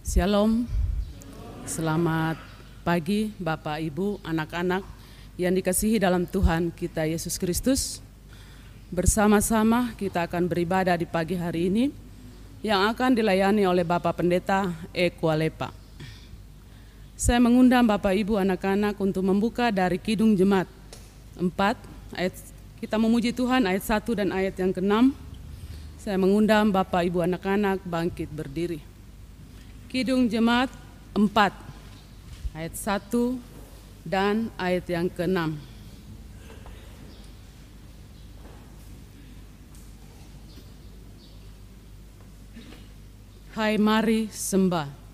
Shalom, selamat pagi Bapak, Ibu, anak-anak yang dikasihi dalam Tuhan kita Yesus Kristus. Bersama-sama kita akan beribadah di pagi hari ini yang akan dilayani oleh Bapak Pendeta Eko Alepa. Saya mengundang Bapak, Ibu, anak-anak untuk membuka dari Kidung Jemaat 4, ayat kita memuji Tuhan ayat 1 dan ayat yang ke-6. Saya mengundang Bapak, Ibu, anak-anak bangkit berdiri. Kidung Jemaat 4, ayat 1 dan ayat yang ke-6. Hai, mari sembah.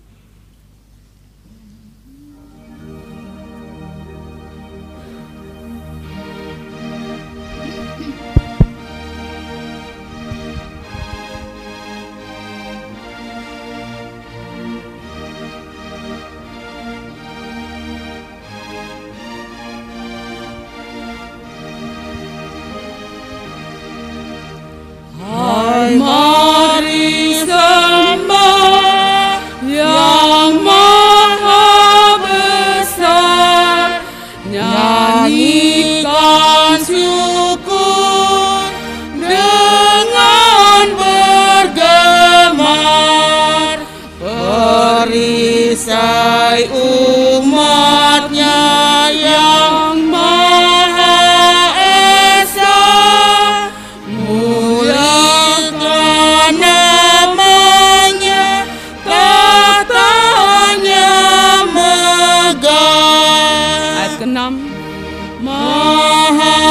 Mari sembah yang maha besar, nyanyikan syukur dengan bergemar, perisai umatnya yang maha esa, namanya, katanya megah. Ayat ke-6. Maha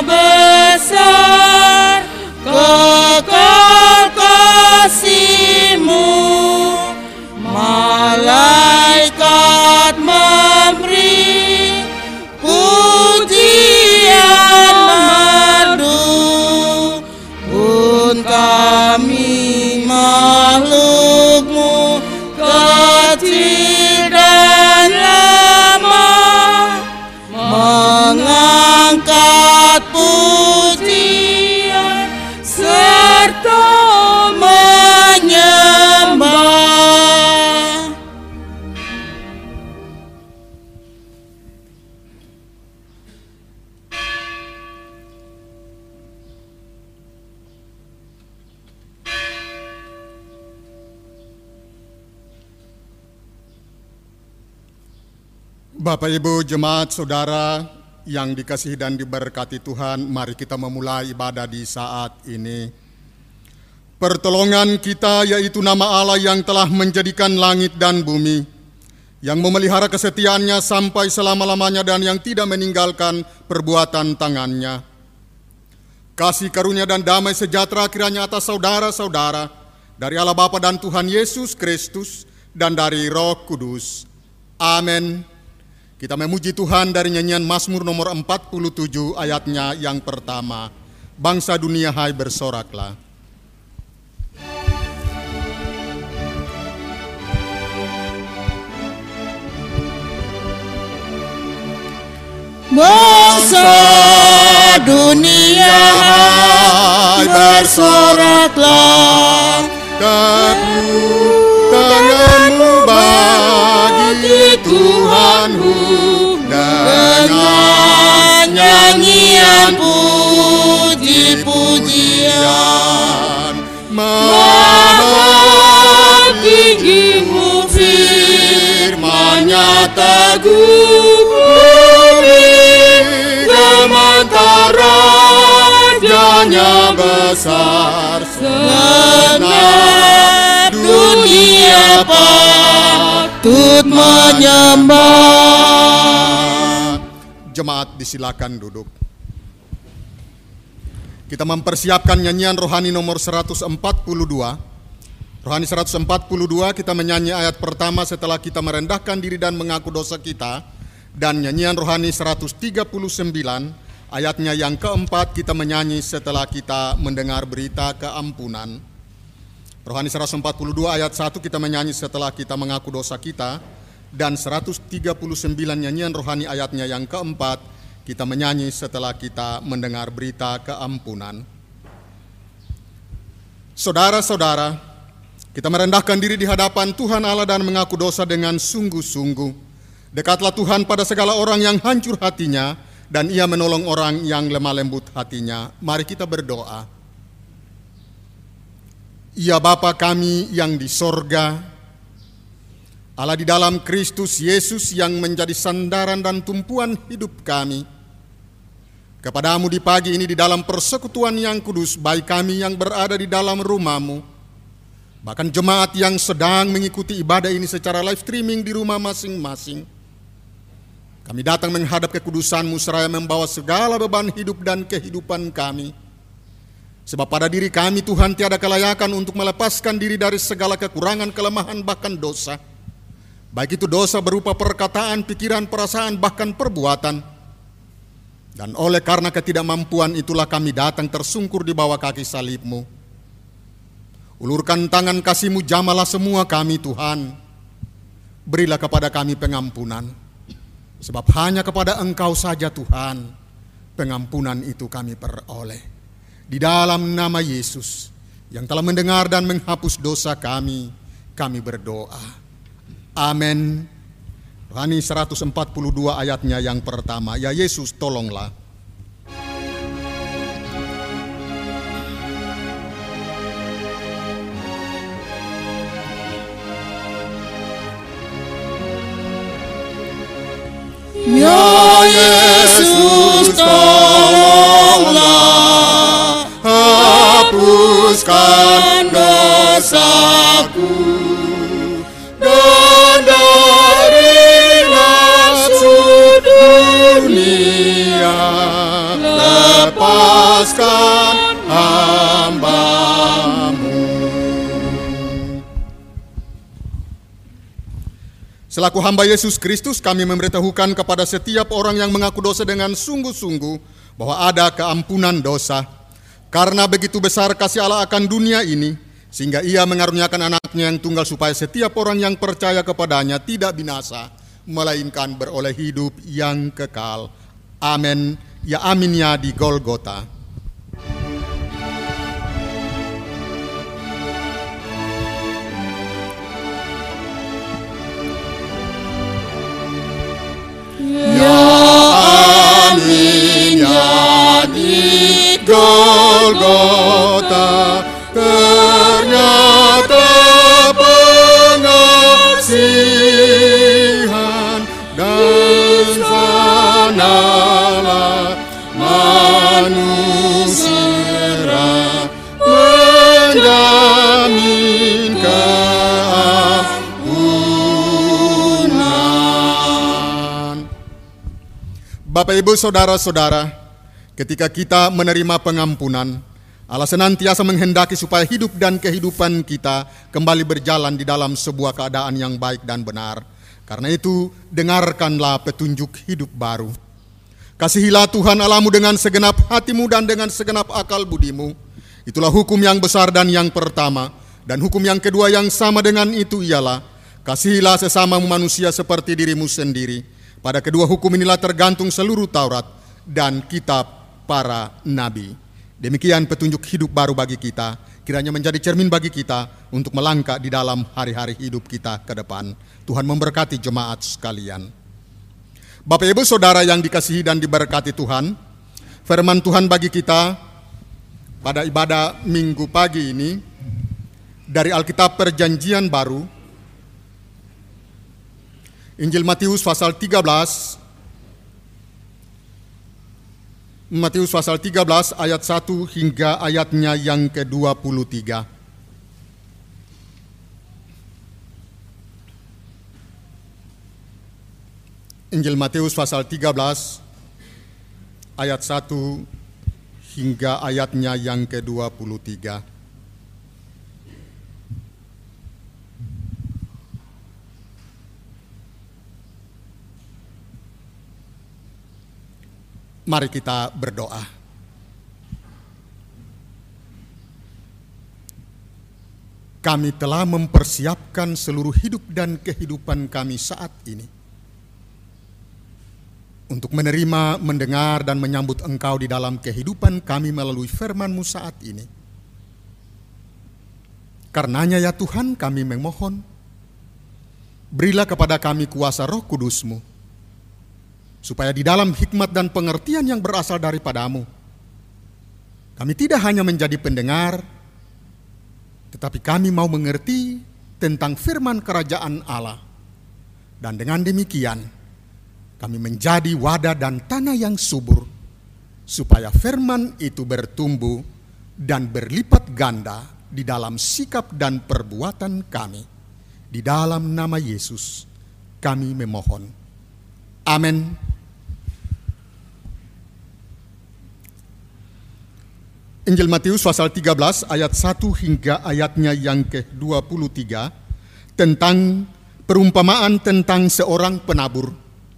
besar kekal kasih-Mu, malaikat memberi pujian merdu, pun kami makhluk-Mu kecil dan lemah, mengangkat pujian serta menyembah. Bapak, Ibu, jemaat, saudara yang dikasihi dan diberkati Tuhan, mari kita memulai ibadah di saat ini. Pertolongan kita yaitu nama Allah yang telah menjadikan langit dan bumi, yang memelihara kesetiaannya sampai selama-lamanya dan yang tidak meninggalkan perbuatan tangannya. Kasih karunia dan damai sejahtera kiranya atas saudara-saudara dari Allah Bapa dan Tuhan Yesus Kristus dan dari Roh Kudus. Amin. Kita memuji Tuhan dari nyanyian Mazmur nomor 47 ayatnya yang pertama. Bangsa dunia hai bersoraklah. Bangsa dunia hai bersoraklah, Tepuk tanganmu bagi Tuhanmu dengan nyanyian puji-pujian. Maha tinggi-Mu firman-Nya teguh, gemetar rajanya besar, segenap dunia patut menyembah. Jemaat disilakan duduk. Kita mempersiapkan nyanyian rohani nomor 142. Rohani 142 kita menyanyi ayat pertama setelah kita merendahkan diri dan mengaku dosa kita. Dan nyanyian rohani 139 ayatnya yang keempat kita menyanyi setelah kita mendengar berita keampunan. Rohani 142 ayat 1 kita menyanyi setelah kita mengaku dosa kita. Dan 139 nyanyian rohani ayatnya yang keempat kita menyanyi setelah kita mendengar berita keampunan. Saudara-saudara, Kita merendahkan diri di hadapan Tuhan Allah dan mengaku dosa dengan sungguh-sungguh. Dekatlah Tuhan pada segala orang yang hancur hatinya, dan Ia menolong orang yang lemah lembut hatinya. Mari kita berdoa. Ya Bapa kami yang di sorga, Allah di dalam Kristus Yesus yang menjadi sandaran dan tumpuan hidup kami. Kepadamu di pagi ini di dalam persekutuan yang kudus, baik kami yang berada di dalam rumah-Mu, bahkan jemaat yang sedang mengikuti ibadah ini secara live streaming di rumah masing-masing. Kami datang menghadap kekudusan-Mu seraya membawa segala beban hidup dan kehidupan kami. Sebab pada diri kami Tuhan tiada kelayakan untuk melepaskan diri dari segala kekurangan, kelemahan, bahkan dosa. Baik itu dosa berupa perkataan, pikiran, perasaan, bahkan perbuatan. Dan oleh karena ketidakmampuan itulah kami datang tersungkur di bawah kaki salib-Mu. Ulurkan tangan kasih-Mu, jamalah semua kami Tuhan. Berilah kepada kami pengampunan. Sebab hanya kepada Engkau saja Tuhan pengampunan itu kami peroleh. Di dalam nama Yesus yang telah mendengar dan menghapus dosa kami berdoa. Amin. Rohani 142 ayatnya yang pertama. Ya Yesus, tolonglah. Ya Yesus, tolonglah, hapuskan dosaku, dan dari maksud dunia lepaskan hamba-Mu. Selaku hamba Yesus Kristus, kami memberitahukan kepada setiap orang yang mengaku dosa dengan sungguh-sungguh bahwa ada keampunan dosa. Karena begitu besar kasih Allah akan dunia ini, sehingga Ia mengaruniakan anaknya yang tunggal supaya setiap orang yang percaya kepadanya tidak binasa, melainkan beroleh hidup yang kekal. Amin. Ya aminnya di Golgota. Aminnya di Golgota, ternyata pengasihan dan sanalah manusia menjamin keampunan. Bapak, Ibu, Saudara-saudara, ketika kita menerima pengampunan, Allah senantiasa menghendaki supaya hidup dan kehidupan kita kembali berjalan di dalam sebuah keadaan yang baik dan benar. Karena itu, dengarkanlah petunjuk hidup baru. Kasihilah Tuhan Allahmu dengan segenap hatimu dan dengan segenap akal budimu. Itulah hukum yang besar dan yang pertama. Dan hukum yang kedua yang sama dengan itu ialah, kasihilah sesamamu manusia seperti dirimu sendiri. Pada kedua hukum inilah tergantung seluruh Taurat dan kitab para nabi. Demikian petunjuk hidup baru bagi kita, kiranya menjadi cermin bagi kita untuk melangkah di dalam hari-hari hidup kita ke depan. Tuhan memberkati jemaat sekalian. Bapak, Ibu, Saudara yang dikasihi dan diberkati Tuhan, firman Tuhan bagi kita pada ibadah minggu pagi ini dari Alkitab Perjanjian Baru, Injil Matius pasal 13, Matius pasal 13 ayat 1 hingga ayatnya yang ke-23. Injil Matius pasal 13 ayat 1 hingga ayatnya yang ke-23. Mari kita berdoa. Kami telah mempersiapkan seluruh hidup dan kehidupan kami saat ini untuk menerima, mendengar, dan menyambut Engkau di dalam kehidupan kami melalui firman-Mu saat ini. Karenanya ya Tuhan, kami memohon, berilah kepada kami kuasa Roh Kudus-Mu, supaya di dalam hikmat dan pengertian yang berasal daripadamu, kami tidak hanya menjadi pendengar, tetapi kami mau mengerti tentang firman kerajaan Allah. Dan dengan demikian, kami menjadi wadah dan tanah yang subur, supaya firman itu bertumbuh dan berlipat ganda di dalam sikap dan perbuatan kami. Di dalam nama Yesus kami memohon. Amin. Injil Matius pasal 13 ayat 1 hingga ayatnya yang ke-23 tentang perumpamaan tentang seorang penabur.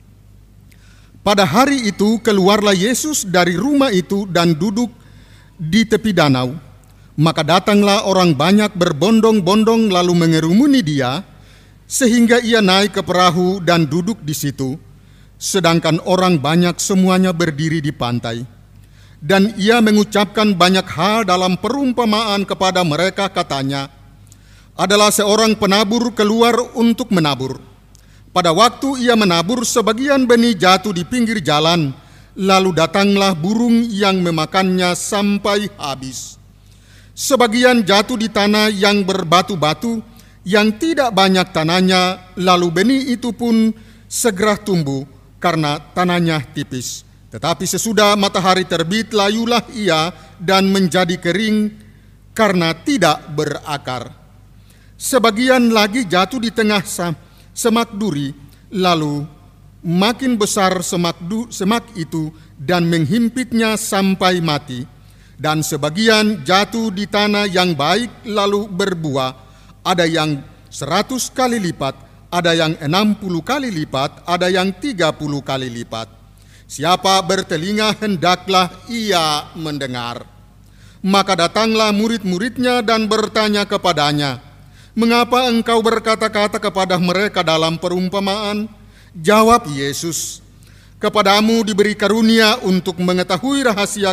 Pada hari itu keluarlah Yesus dari rumah itu dan duduk di tepi danau. Maka datanglah orang banyak berbondong-bondong lalu mengerumuni dia, sehingga ia naik ke perahu dan duduk di situ, sedangkan orang banyak semuanya berdiri di pantai. Dan ia mengucapkan banyak hal dalam perumpamaan kepada mereka, katanya, adalah seorang penabur keluar untuk menabur. Pada waktu ia menabur, sebagian benih jatuh di pinggir jalan, lalu datanglah burung yang memakannya sampai habis. Sebagian jatuh di tanah yang berbatu-batu, yang tidak banyak tanahnya, lalu benih itu pun segera tumbuh karena tanahnya tipis. Tetapi sesudah matahari terbit, layulah ia dan menjadi kering karena tidak berakar. Sebagian lagi jatuh di tengah semak duri, lalu makin besar semak itu dan menghimpitnya sampai mati. Dan sebagian jatuh di tanah yang baik lalu berbuah, ada yang 100 kali lipat, ada yang 60 kali lipat, ada yang 30 kali lipat. Siapa bertelinga hendaklah ia mendengar. Maka datanglah murid-muridnya dan bertanya kepadanya, mengapa engkau berkata-kata kepada mereka dalam perumpamaan? Jawab Yesus, kepadamu diberi karunia untuk mengetahui rahasia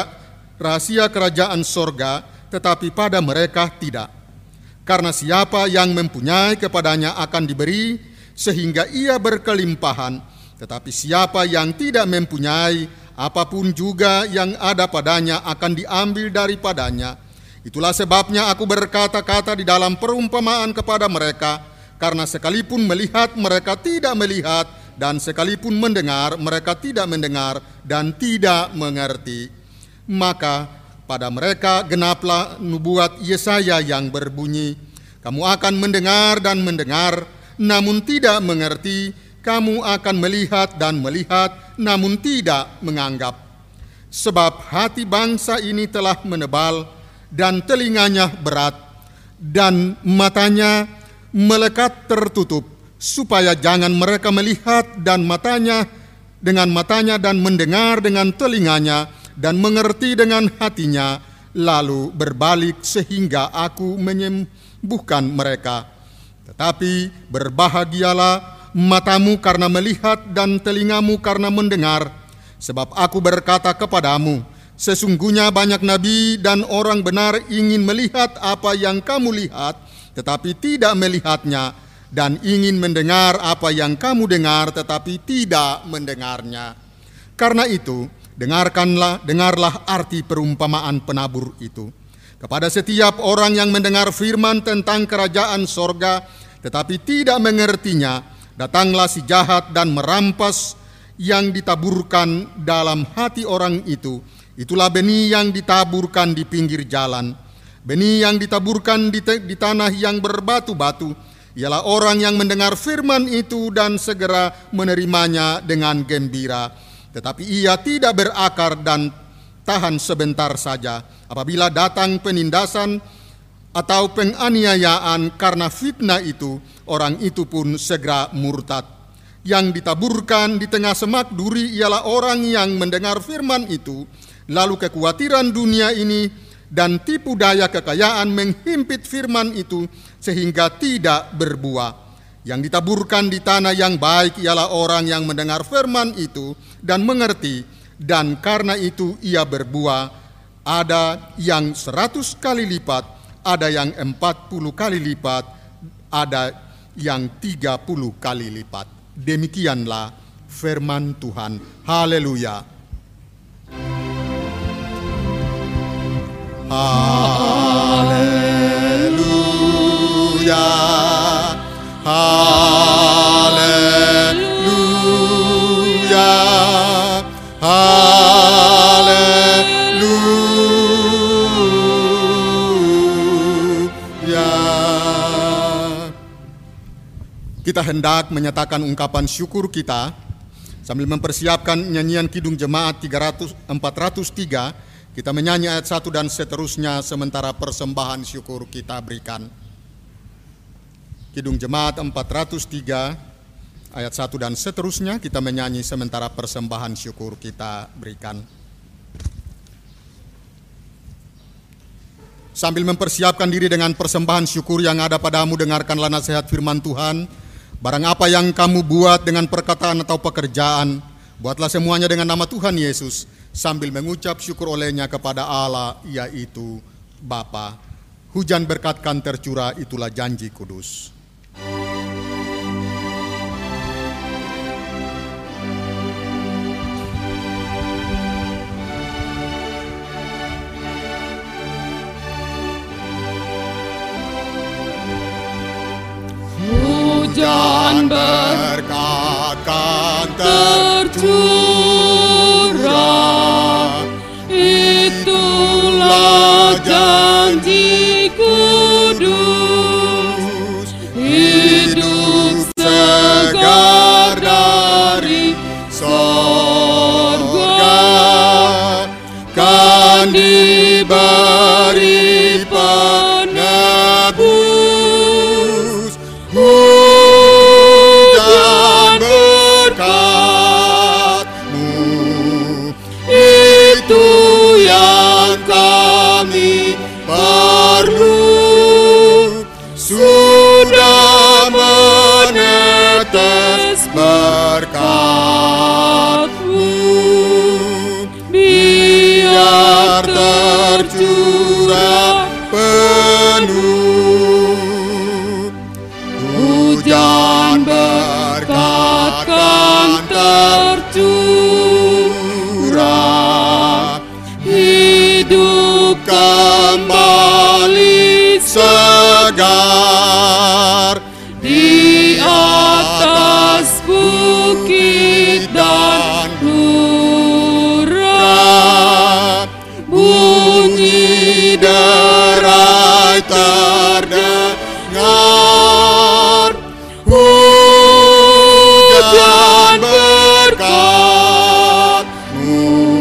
kerajaan sorga, tetapi pada mereka tidak. Karena siapa yang mempunyai kepadanya akan diberi, sehingga ia berkelimpahan. Tetapi siapa yang tidak mempunyai, apapun juga yang ada padanya akan diambil daripadanya. Itulah sebabnya aku berkata-kata di dalam perumpamaan kepada mereka, karena sekalipun melihat mereka tidak melihat, dan sekalipun mendengar mereka tidak mendengar dan tidak mengerti. Maka pada mereka genaplah nubuat Yesaya yang berbunyi, kamu akan mendengar dan mendengar, namun tidak mengerti. Kamu akan melihat dan melihat, namun tidak menganggap. Sebab hati bangsa ini telah menebal, dan telinganya berat, dan matanya melekat tertutup, supaya jangan mereka melihat dan matanya dengan matanya, dan mendengar dengan telinganya, dan mengerti dengan hatinya, lalu berbalik sehingga aku menyembuhkan mereka. Tetapi berbahagialah matamu karena melihat dan telingamu karena mendengar, sebab aku berkata kepadamu, sesungguhnya banyak nabi dan orang benar ingin melihat apa yang kamu lihat, tetapi tidak melihatnya, dan ingin mendengar apa yang kamu dengar, tetapi tidak mendengarnya. Karena itu, dengarlah arti perumpamaan penabur itu. Kepada setiap orang yang mendengar firman tentang kerajaan sorga, tetapi tidak mengertinya, datanglah si jahat dan merampas yang ditaburkan dalam hati orang itu. Itulah benih yang ditaburkan di pinggir jalan. Benih yang ditaburkan di tanah yang berbatu-batu ialah orang yang mendengar firman itu dan segera menerimanya dengan gembira. Tetapi ia tidak berakar dan tahan sebentar saja. Apabila datang penindasan atau penganiayaan karena fitnah itu, orang itu pun segera murtad. Yang ditaburkan di tengah semak duri ialah orang yang mendengar firman itu, lalu kekhawatiran dunia ini dan tipu daya kekayaan menghimpit firman itu sehingga tidak berbuah. Yang ditaburkan di tanah yang baik ialah orang yang mendengar firman itu dan mengerti, dan karena itu ia berbuah, ada yang 100 kali lipat, ada yang 40 kali lipat, ada yang 30 kali lipat. Demikianlah firman Tuhan. Haleluya. Haleluya. Haleluya. Haleluya. Kita hendak menyatakan ungkapan syukur kita sambil mempersiapkan nyanyian Kidung Jemaat 403. Kita menyanyi ayat 1 dan seterusnya sementara persembahan syukur kita berikan. Kidung Jemaat 403 ayat 1 dan seterusnya kita menyanyi sementara persembahan syukur kita berikan. Sambil mempersiapkan diri dengan persembahan syukur yang ada padamu, dengarkanlah nasihat firman Tuhan. Barang apa yang kamu buat dengan perkataan atau pekerjaan, buatlah semuanya dengan nama Tuhan Yesus, sambil mengucap syukur olehnya kepada Allah, yaitu Bapa. Hujan berkat kan tercurah, itulah janji kudus. Hujan berkat kan tercurah, itulah janji kudus. Hidup segar dari sorga kan diberi penebus. Hujan berkat-Mu, itu yang kami perlu. Sudah menetes berkat-Mu, biar tercurah penuh. Hujan berkat kan tercurah, hidup kembali segar di atas bukit dan lurah. Bunyi derai terdengar. Hujan berkat-Mu,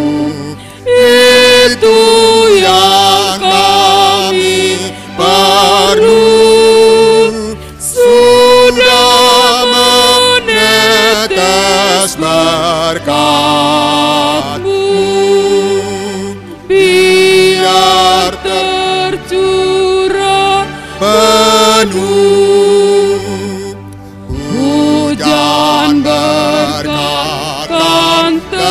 itu yang kami perlu. Sudah menetes berkat-Mu, biar tercurah penuh. Hujan berkat kan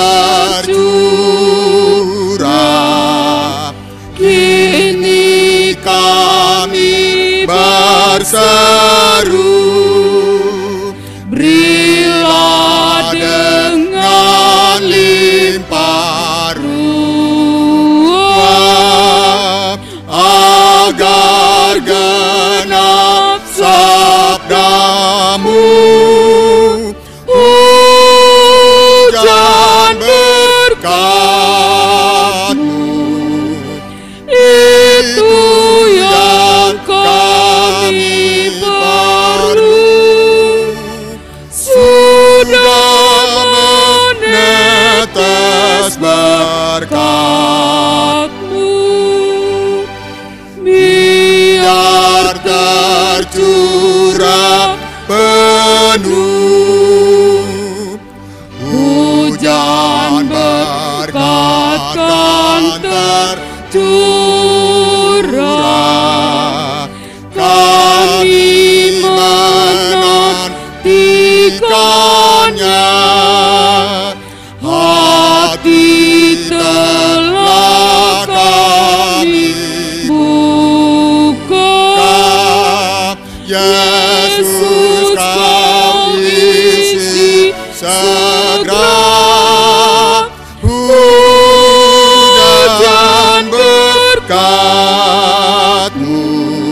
tercurah, kini kami berseru. Berilah dengan limpah ruah, agar genap sabda-Mu. Hujan berkat-Mu, itu yang kami perlu. Sudah menetes berkat-Mu, biar tercurah penuh. Hujan berkat kan tercurah, kami menantikannya. Hati telah kami buka segera hujan berkat-Mu,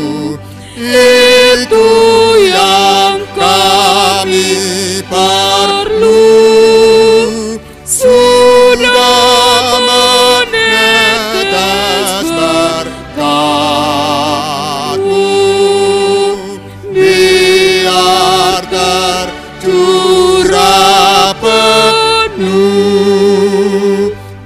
itu yang kami perlu. Sudah menetes berkat-Mu, biar tercurah penuh.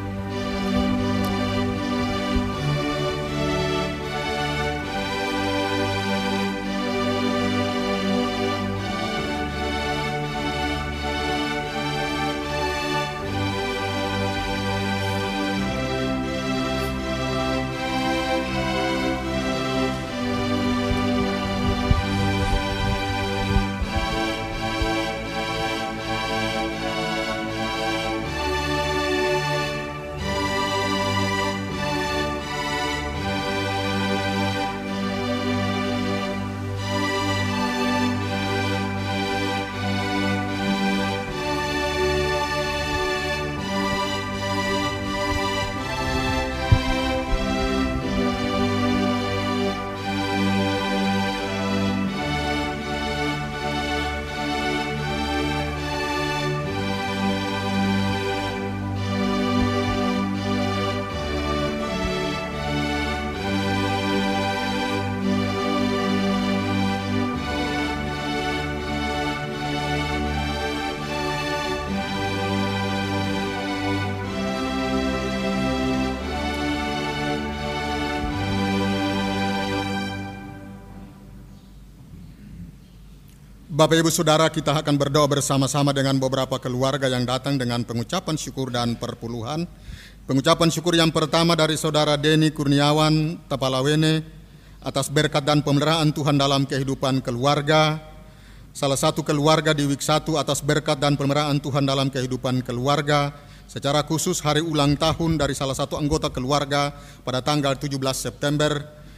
Bapak Ibu Saudara, kita akan berdoa bersama-sama dengan beberapa keluarga yang datang dengan pengucapan syukur dan perpuluhan. Pengucapan syukur yang pertama dari Saudara Denny Kurniawan Tapalawene atas berkat dan pemeliharaan Tuhan dalam kehidupan keluarga. Salah satu keluarga di Week 1 atas berkat dan pemeliharaan Tuhan dalam kehidupan keluarga. Secara khusus hari ulang tahun dari salah satu anggota keluarga pada tanggal 17 September.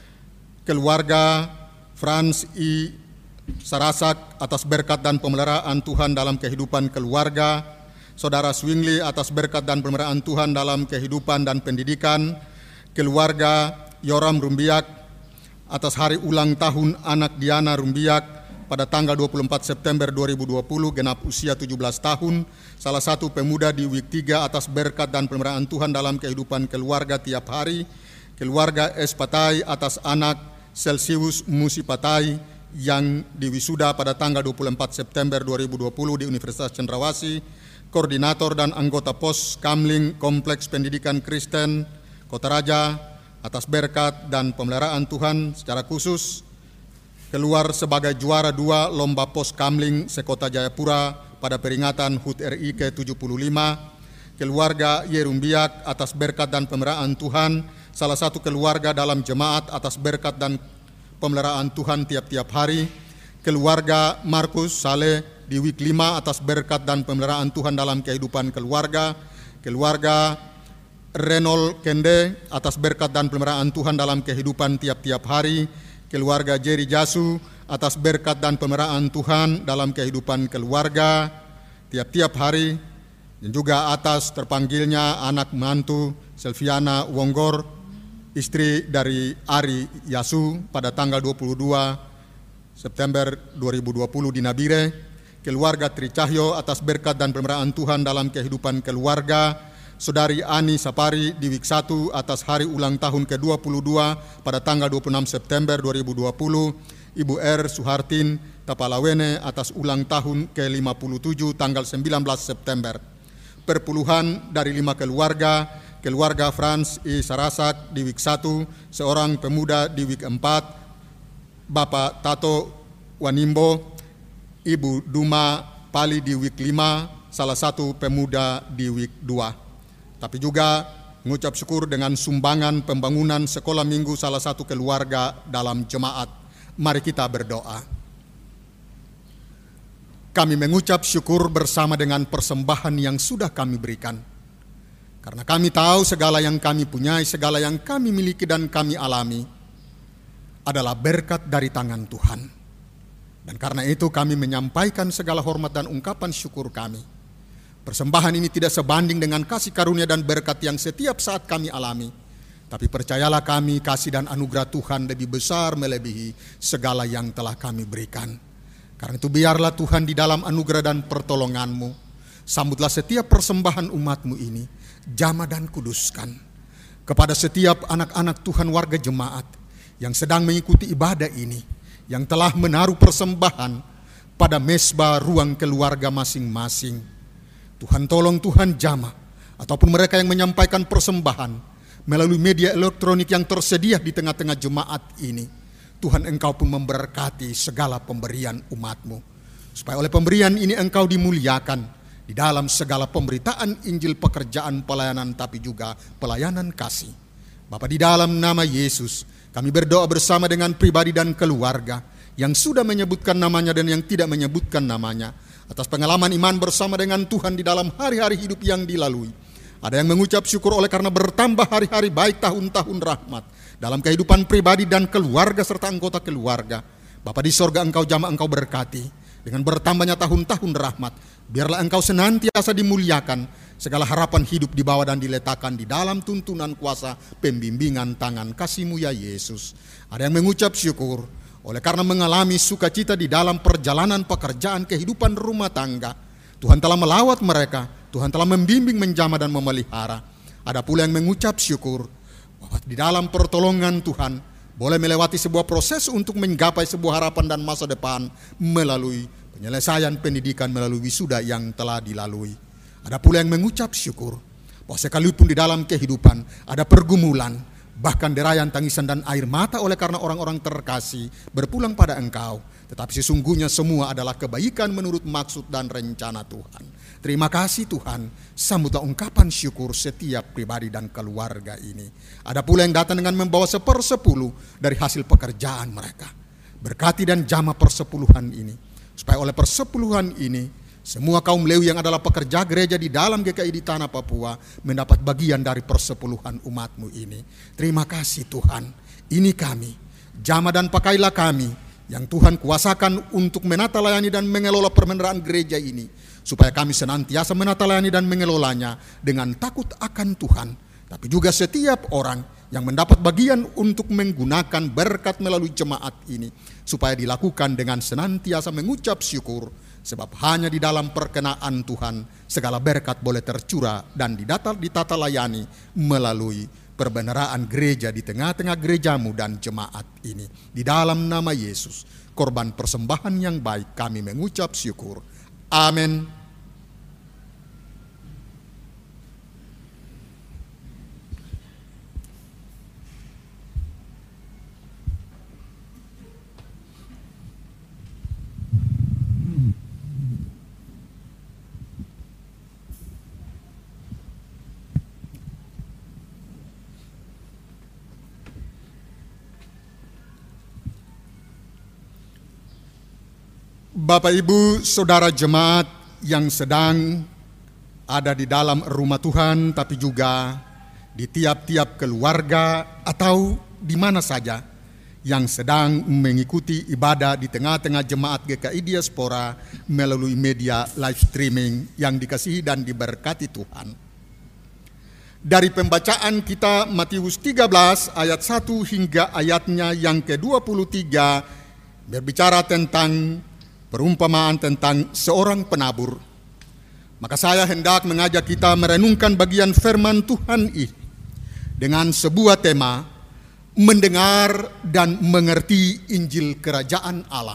Keluarga Frans I. Sarasak atas berkat dan pemeliharaan Tuhan dalam kehidupan keluarga. Saudara Swingli atas berkat dan pemeliharaan Tuhan dalam kehidupan dan pendidikan. Keluarga Yoram Rumbiak atas hari ulang tahun anak Diana Rumbiak pada tanggal 24 September 2020 genap usia 17 tahun. Salah satu pemuda di Week 3 atas berkat dan pemeliharaan Tuhan dalam kehidupan keluarga tiap hari. Keluarga S. Patai atas anak Celsius Musi Patai yang diwisuda pada tanggal 24 September 2020 di Universitas Cendrawasih. Koordinator dan anggota pos Kamling Kompleks Pendidikan Kristen Kota Raja atas berkat dan pemeliharaan Tuhan. Secara khusus keluar sebagai juara 2 lomba pos Kamling sekota Jayapura pada peringatan HUT RI ke-75. Keluarga Yerumbiak atas berkat dan pemeliharaan Tuhan. Salah satu keluarga dalam jemaat atas berkat dan pemeliharaan Tuhan tiap-tiap hari. Keluarga Markus Saleh di Week 5 atas berkat dan pemeliharaan Tuhan dalam kehidupan keluarga. Keluarga Renol Kende atas berkat dan pemeliharaan Tuhan dalam kehidupan tiap-tiap hari. Keluarga Jerry Jasu atas berkat dan pemeliharaan Tuhan dalam kehidupan keluarga tiap-tiap hari. Dan juga atas terpanggilnya anak menantu Selviana Wonggor, istri dari Ari Yasu pada tanggal 22 September 2020 di Nabire. Keluarga Tricahyo atas berkat dan pemeliharaan Tuhan dalam kehidupan keluarga. Saudari Ani Sapari di Week 1 atas hari ulang tahun ke-22 pada tanggal 26 September 2020. Ibu R. Suhartin Tapalawene atas ulang tahun ke-57 tanggal 19 September. Perpuluhan dari 5 keluarga. Keluarga Frans I. Sarasak di Week 1, seorang pemuda di Week 4, Bapak Tato Wanimbo, Ibu Duma Pali di Week 5, salah satu pemuda di Week 2. Tapi juga mengucap syukur dengan sumbangan pembangunan sekolah minggu salah satu keluarga dalam jemaat. Mari kita berdoa. Kami mengucap syukur bersama dengan persembahan yang sudah kami berikan. Karena kami tahu segala yang kami punyai, segala yang kami miliki dan kami alami adalah berkat dari tangan Tuhan. Dan karena itu kami menyampaikan segala hormat dan ungkapan syukur kami. Persembahan ini tidak sebanding dengan kasih karunia dan berkat yang setiap saat kami alami. Tapi percayalah kami, kasih dan anugerah Tuhan lebih besar melebihi segala yang telah kami berikan. Karena itu biarlah Tuhan di dalam anugerah dan pertolongan-Mu, sambutlah setiap persembahan umat-Mu ini, jamah dan kuduskan. Kepada setiap anak-anak Tuhan warga jemaat yang sedang mengikuti ibadah ini, yang telah menaruh persembahan pada mesbah ruang keluarga masing-masing. Tuhan tolong, Tuhan jamah, ataupun mereka yang menyampaikan persembahan melalui media elektronik yang tersedia di tengah-tengah jemaat ini. Tuhan, Engkau pun memberkati segala pemberian umat-Mu, supaya oleh pemberian ini Engkau dimuliakan di dalam segala pemberitaan Injil, pekerjaan pelayanan, tapi juga pelayanan kasih. Bapa, di dalam nama Yesus, kami berdoa bersama dengan pribadi dan keluarga yang sudah menyebutkan namanya dan yang tidak menyebutkan namanya, atas pengalaman iman bersama dengan Tuhan di dalam hari-hari hidup yang dilalui. Ada yang mengucap syukur oleh karena bertambah hari-hari baik, tahun-tahun rahmat dalam kehidupan pribadi dan keluarga serta anggota keluarga. Bapa di sorga, Engkau jamah, Engkau berkati dengan bertambahnya tahun-tahun rahmat. Biarlah Engkau senantiasa dimuliakan, segala harapan hidup dibawa dan diletakkan di dalam tuntunan kuasa pembimbingan tangan kasih-Mu ya Yesus. Ada yang mengucap syukur oleh karena mengalami sukacita di dalam perjalanan pekerjaan kehidupan rumah tangga. Tuhan telah melawat mereka, Tuhan telah membimbing, menjamah dan memelihara. Ada pula yang mengucap syukur bahwa di dalam pertolongan Tuhan boleh melewati sebuah proses untuk menggapai sebuah harapan dan masa depan melalui penyelesaian pendidikan, melalui wisuda yang telah dilalui. Ada pula yang mengucap syukur bahwa sekalipun di dalam kehidupan ada pergumulan, bahkan derayan tangisan dan air mata oleh karena orang-orang terkasih berpulang pada Engkau, tetapi sesungguhnya semua adalah kebaikan menurut maksud dan rencana Tuhan. Terima kasih Tuhan, sambutlah ungkapan syukur setiap pribadi dan keluarga ini. Ada pula yang datang dengan membawa 1/10 dari hasil pekerjaan mereka. Berkati dan jamah persepuluhan ini, supaya oleh persepuluhan ini semua kaum Lewi yang adalah pekerja gereja di dalam GKI di Tanah Papua mendapat bagian dari persepuluhan umat-Mu ini. Terima kasih Tuhan, ini kami, jamah dan pakailah kami yang Tuhan kuasakan untuk menata, layani dan mengelola permenderaan gereja ini, supaya kami senantiasa menata, layani dan mengelolanya dengan takut akan Tuhan. Tapi juga setiap orang yang mendapat bagian untuk menggunakan berkat melalui jemaat ini, supaya dilakukan dengan senantiasa mengucap syukur, sebab hanya di dalam perkenaan Tuhan segala berkat boleh tercurah dan ditata layani melalui perbendaharaan gereja di tengah-tengah gereja-Mu dan jemaat ini. Di dalam nama Yesus, korban persembahan yang baik, kami mengucap syukur. Amin. Bapak, Ibu, Saudara jemaat yang sedang ada di dalam rumah Tuhan, tapi juga di tiap-tiap keluarga atau di mana saja yang sedang mengikuti ibadah di tengah-tengah jemaat GKI Diaspora melalui media live streaming yang dikasihi dan diberkati Tuhan. Dari pembacaan kita Matius 13 ayat 1 hingga ayatnya yang ke-23 berbicara tentang perumpamaan tentang seorang penabur. Maka saya hendak mengajak kita merenungkan bagian firman Tuhan ini dengan sebuah tema, mendengar dan mengerti Injil Kerajaan Allah.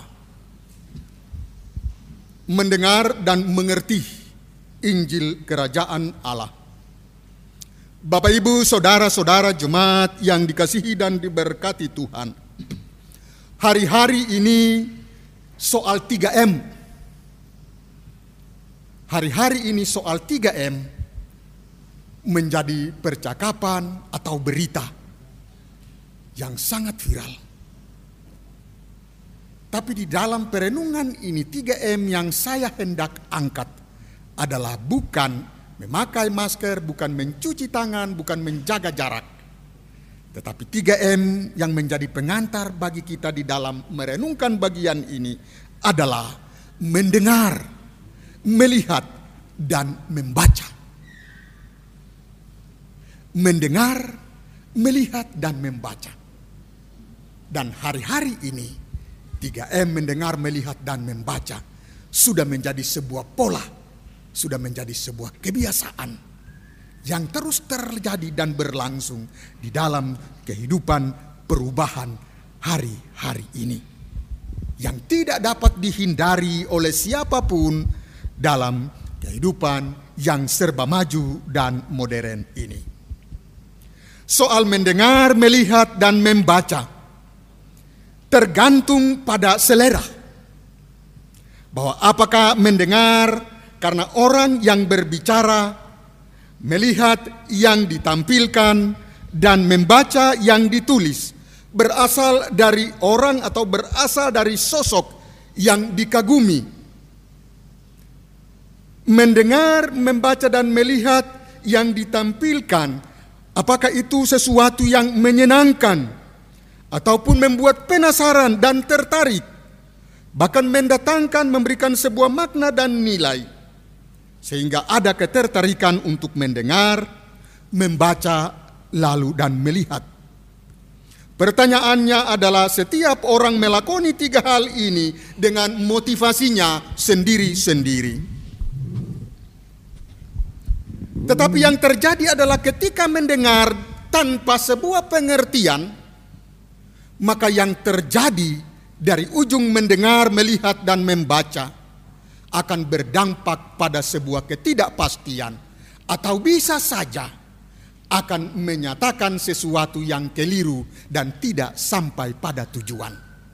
Mendengar dan mengerti Injil Kerajaan Allah. Bapak, Ibu, Saudara-saudara jemaat yang dikasihi dan diberkati Tuhan, hari-hari ini soal 3M. Hari-hari ini soal 3M menjadi percakapan atau berita yang sangat viral. Tapi di dalam perenungan ini 3M yang saya hendak angkat adalah bukan memakai masker, bukan mencuci tangan, bukan menjaga jarak. Tetapi 3M yang menjadi pengantar bagi kita di dalam merenungkan bagian ini adalah mendengar, melihat, dan membaca. Mendengar, melihat, dan membaca. Dan hari-hari ini 3M mendengar, melihat, dan membaca sudah menjadi sebuah pola, sudah menjadi sebuah kebiasaan yang terus terjadi dan berlangsung di dalam kehidupan perubahan hari-hari ini, yang tidak dapat dihindari oleh siapapun dalam kehidupan yang serba maju dan modern ini. Soal mendengar, melihat, dan membaca tergantung pada selera. Bahwa apakah mendengar karena orang yang berbicara, melihat yang ditampilkan, dan membaca yang ditulis berasal dari orang atau berasal dari sosok yang dikagumi. Mendengar, membaca, dan melihat yang ditampilkan, apakah itu sesuatu yang menyenangkan ataupun membuat penasaran dan tertarik, bahkan mendatangkan, memberikan sebuah makna dan nilai, sehingga ada ketertarikan untuk mendengar, membaca, lalu dan melihat. Pertanyaannya adalah, setiap orang melakoni 3 hal ini dengan motivasinya sendiri-sendiri. Tetapi yang terjadi adalah ketika mendengar tanpa sebuah pengertian, maka yang terjadi dari ujung mendengar, melihat, dan membaca akan berdampak pada sebuah ketidakpastian, atau bisa saja akan menyatakan sesuatu yang keliru dan tidak sampai pada tujuan.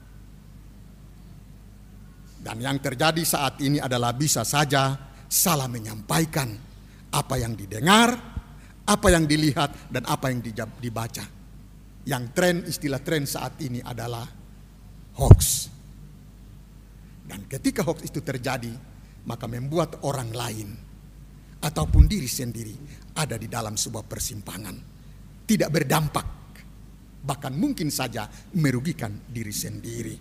Dan yang terjadi saat ini adalah bisa saja salah menyampaikan apa yang didengar, apa yang dilihat, dan apa yang dibaca. Yang istilah tren saat ini adalah hoax. Dan ketika hoax itu terjadi, maka membuat orang lain ataupun diri sendiri ada di dalam sebuah persimpangan, tidak berdampak, bahkan mungkin saja merugikan diri sendiri.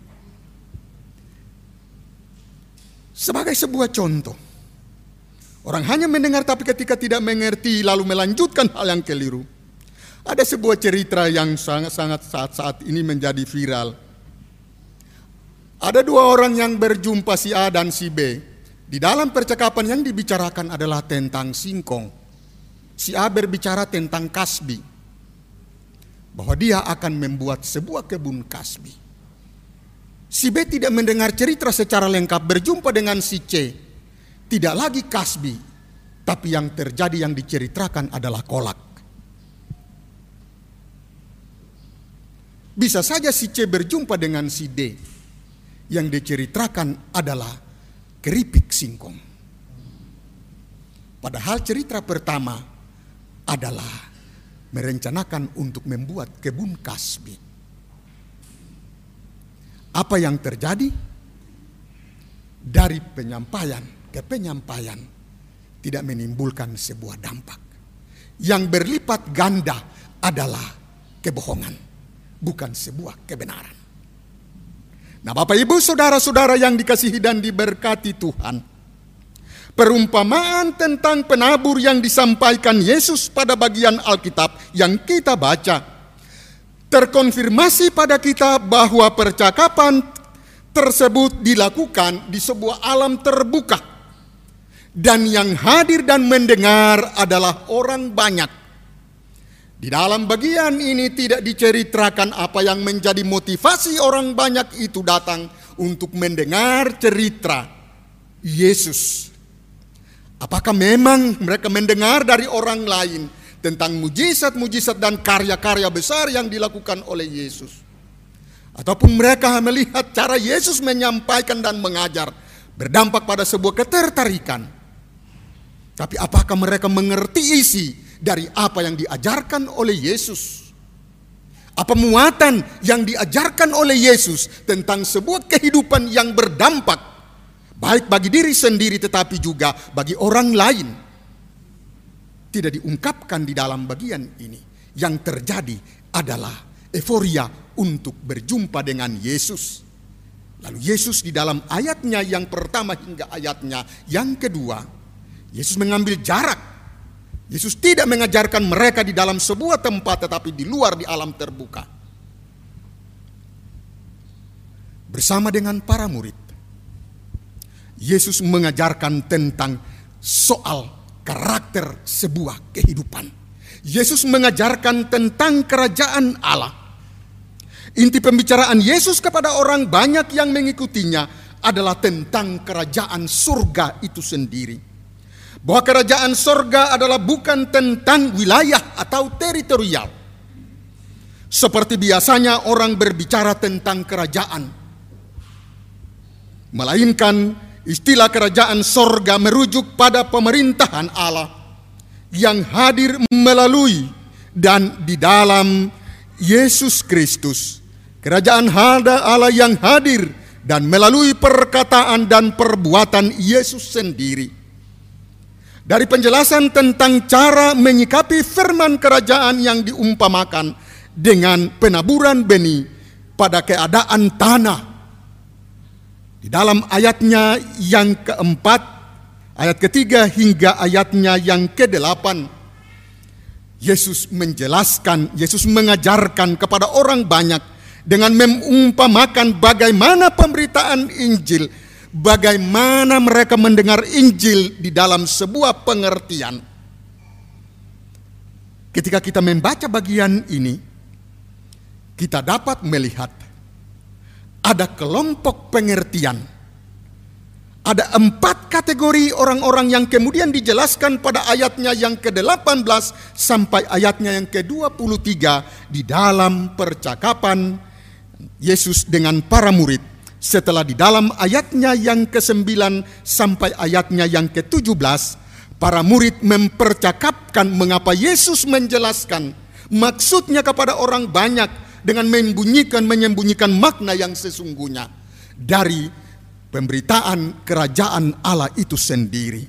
Sebagai sebuah contoh, orang hanya mendengar tapi ketika tidak mengerti lalu melanjutkan hal yang keliru. Ada sebuah cerita yang sangat-sangat saat ini menjadi viral. Ada 2 orang yang berjumpa, si A dan si B. Di dalam percakapan yang dibicarakan adalah tentang singkong. Si A berbicara tentang kasbi, bahwa dia akan membuat sebuah kebun kasbi. Si B tidak mendengar cerita secara lengkap, berjumpa dengan si C. Tidak lagi kasbi, tapi yang terjadi yang diceritakan adalah kolak. Bisa saja si C berjumpa dengan si D, yang diceritakan adalah keripik singkong. Padahal cerita pertama adalah merencanakan untuk membuat kebun kasbi. Apa yang terjadi? Dari penyampaian ke penyampaian tidak menimbulkan sebuah dampak. Yang berlipat ganda adalah kebohongan, bukan sebuah kebenaran. Nah, Bapak Ibu saudara-saudara yang dikasihi dan diberkati Tuhan, perumpamaan tentang penabur yang disampaikan Yesus pada bagian Alkitab yang kita baca terkonfirmasi pada kita bahwa percakapan tersebut dilakukan di sebuah alam terbuka, dan yang hadir dan mendengar adalah orang banyak. Di dalam bagian ini tidak diceritakan apa yang menjadi motivasi orang banyak itu datang untuk mendengar cerita Yesus. Apakah memang mereka mendengar dari orang lain tentang mujizat-mujizat dan karya-karya besar yang dilakukan oleh Yesus? Ataupun mereka melihat cara Yesus menyampaikan dan mengajar berdampak pada sebuah ketertarikan? Tapi apakah mereka mengerti isi dari apa yang diajarkan oleh Yesus? Apa muatan yang diajarkan oleh Yesus tentang sebuah kehidupan yang berdampak baik bagi diri sendiri tetapi juga bagi orang lain? Tidak diungkapkan di dalam bagian ini. Yang terjadi adalah euforia untuk berjumpa dengan Yesus. Lalu Yesus di dalam ayatnya yang pertama hingga ayatnya yang kedua, Yesus mengambil jarak. Yesus tidak mengajarkan mereka di dalam sebuah tempat, tetapi di luar, di alam terbuka. Bersama dengan para murid, Yesus mengajarkan tentang soal karakter sebuah kehidupan. Yesus mengajarkan tentang kerajaan Allah. Inti pembicaraan Yesus kepada orang banyak yang mengikutinya adalah tentang kerajaan surga itu sendiri. Bahwa kerajaan surga adalah bukan tentang wilayah atau teritorial, seperti biasanya orang berbicara tentang kerajaan. Melainkan istilah kerajaan surga merujuk pada pemerintahan Allah yang hadir melalui dan di dalam Yesus Kristus. Kerajaan Allah yang hadir dan melalui perkataan dan perbuatan Yesus sendiri. Dari penjelasan tentang cara menyikapi firman kerajaan yang diumpamakan dengan penaburan benih pada keadaan tanah. Di dalam ayatnya yang keempat, ayat ketiga hingga ayatnya yang ke-8, Yesus menjelaskan, Yesus mengajarkan kepada orang banyak dengan mengumpamakan bagaimana pemberitaan Injil, bagaimana mereka mendengar Injil di dalam sebuah pengertian. Ketika kita membaca bagian ini, kita dapat melihat ada kelompok pengertian. Ada 4 kategori orang-orang yang kemudian dijelaskan pada ayatnya yang ke-18 sampai ayatnya yang ke-23 di dalam percakapan Yesus dengan para murid. Setelah di dalam ayatnya yang ke-9 sampai ayatnya yang ke-17, para murid mempercakapkan mengapa Yesus menjelaskan maksudnya kepada orang banyak dengan menyembunyikan makna yang sesungguhnya dari pemberitaan kerajaan Allah itu sendiri.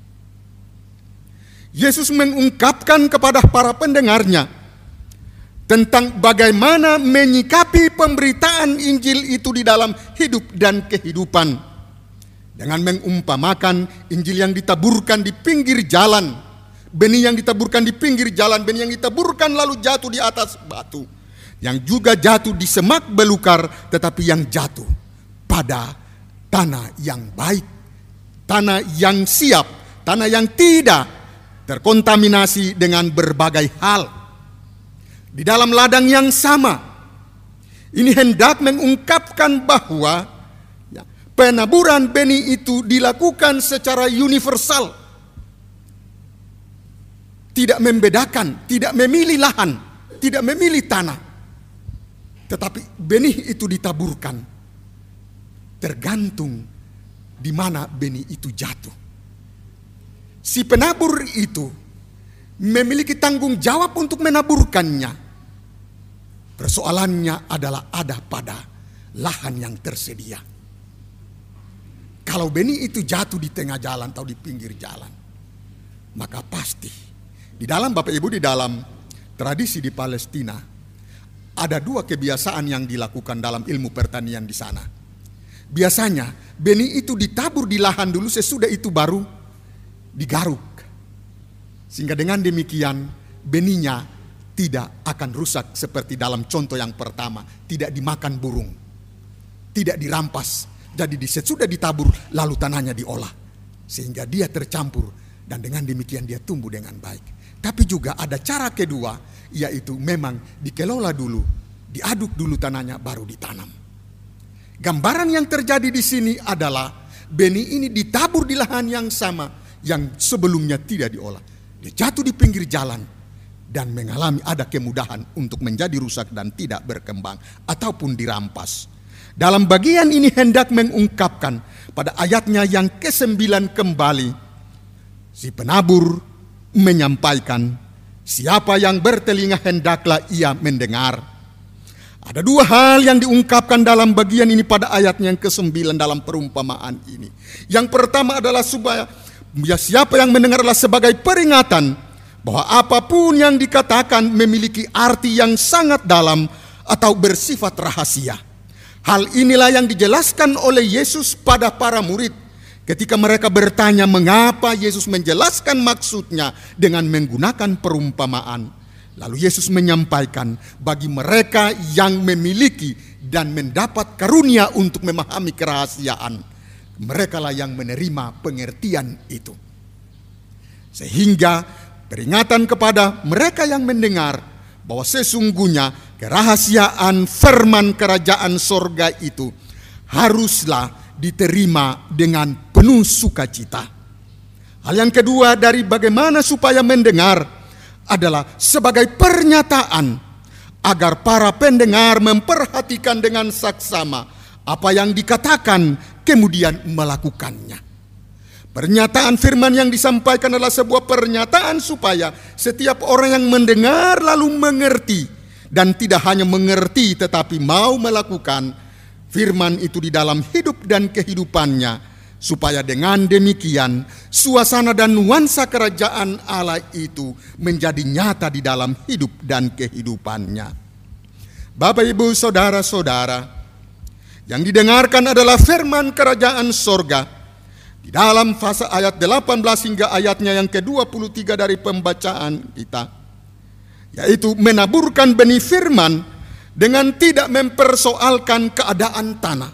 Yesus mengungkapkan kepada para pendengarnya tentang bagaimana menyikapi pemberitaan Injil itu di dalam hidup dan kehidupan. Dengan mengumpamakan Injil yang ditaburkan di pinggir jalan, benih yang ditaburkan di pinggir jalan, benih yang ditaburkan lalu jatuh di atas batu, yang juga jatuh di semak belukar, tetapi yang jatuh pada tanah yang baik, tanah yang siap, tanah yang tidak terkontaminasi dengan berbagai hal. Di dalam ladang yang sama, ini hendak mengungkapkan bahwa penaburan benih itu dilakukan secara universal. Tidak membedakan, tidak memilih lahan, tidak memilih tanah. Tetapi benih itu ditaburkan tergantung di mana benih itu jatuh. Si penabur itu memiliki tanggung jawab untuk menaburkannya. Persoalannya adalah ada pada lahan yang tersedia. Kalau benih itu jatuh di tengah jalan atau di pinggir jalan, maka pasti di dalam Bapak Ibu, di dalam tradisi di Palestina ada 2 kebiasaan yang dilakukan dalam ilmu pertanian di sana. Biasanya benih itu ditabur di lahan dulu, sesudah itu baru digaruk. Sehingga dengan demikian benihnya tidak akan rusak seperti dalam contoh yang pertama, tidak dimakan burung, tidak dirampas. Jadi sesudah ditabur lalu tanahnya diolah sehingga dia tercampur dan dengan demikian dia tumbuh dengan baik. Tapi juga ada cara kedua, yaitu memang dikelola dulu, diaduk dulu tanahnya baru ditanam. Gambaran yang terjadi di sini adalah benih ini ditabur di lahan yang sama yang sebelumnya tidak diolah. Dia jatuh di pinggir jalan dan mengalami ada kemudahan untuk menjadi rusak dan tidak berkembang ataupun dirampas. Dalam bagian ini hendak mengungkapkan pada ayatnya yang ke-9 kembali, si penabur menyampaikan, siapa yang bertelinga hendaklah ia mendengar. Ada 2 hal yang diungkapkan dalam bagian ini pada ayatnya yang ke-9 dalam perumpamaan ini. Yang pertama adalah supaya siapa yang mendengar adalah sebagai peringatan bahwa apapun yang dikatakan memiliki arti yang sangat dalam atau bersifat rahasia. Hal inilah yang dijelaskan oleh Yesus pada para murid ketika mereka bertanya mengapa Yesus menjelaskan maksudnya dengan menggunakan perumpamaan. Lalu Yesus menyampaikan bagi mereka yang memiliki dan mendapat karunia untuk memahami kerahasiaan, merekalah yang menerima pengertian itu. Sehingga peringatan kepada mereka yang mendengar bahwa sesungguhnya kerahasiaan firman kerajaan sorga itu haruslah diterima dengan penuh sukacita. Hal yang kedua dari bagaimana supaya mendengar adalah sebagai pernyataan agar para pendengar memperhatikan dengan saksama apa yang dikatakan kemudian melakukannya. Pernyataan firman yang disampaikan adalah sebuah pernyataan supaya setiap orang yang mendengar lalu mengerti, dan tidak hanya mengerti tetapi mau melakukan firman itu di dalam hidup dan kehidupannya, supaya dengan demikian suasana dan nuansa kerajaan Allah itu menjadi nyata di dalam hidup dan kehidupannya. Bapak, Ibu, saudara-saudara, yang didengarkan adalah firman kerajaan sorga. Di dalam fase ayat 18 hingga ayatnya yang ke-23 dari pembacaan kita, yaitu menaburkan benih firman dengan tidak mempersoalkan keadaan tanah,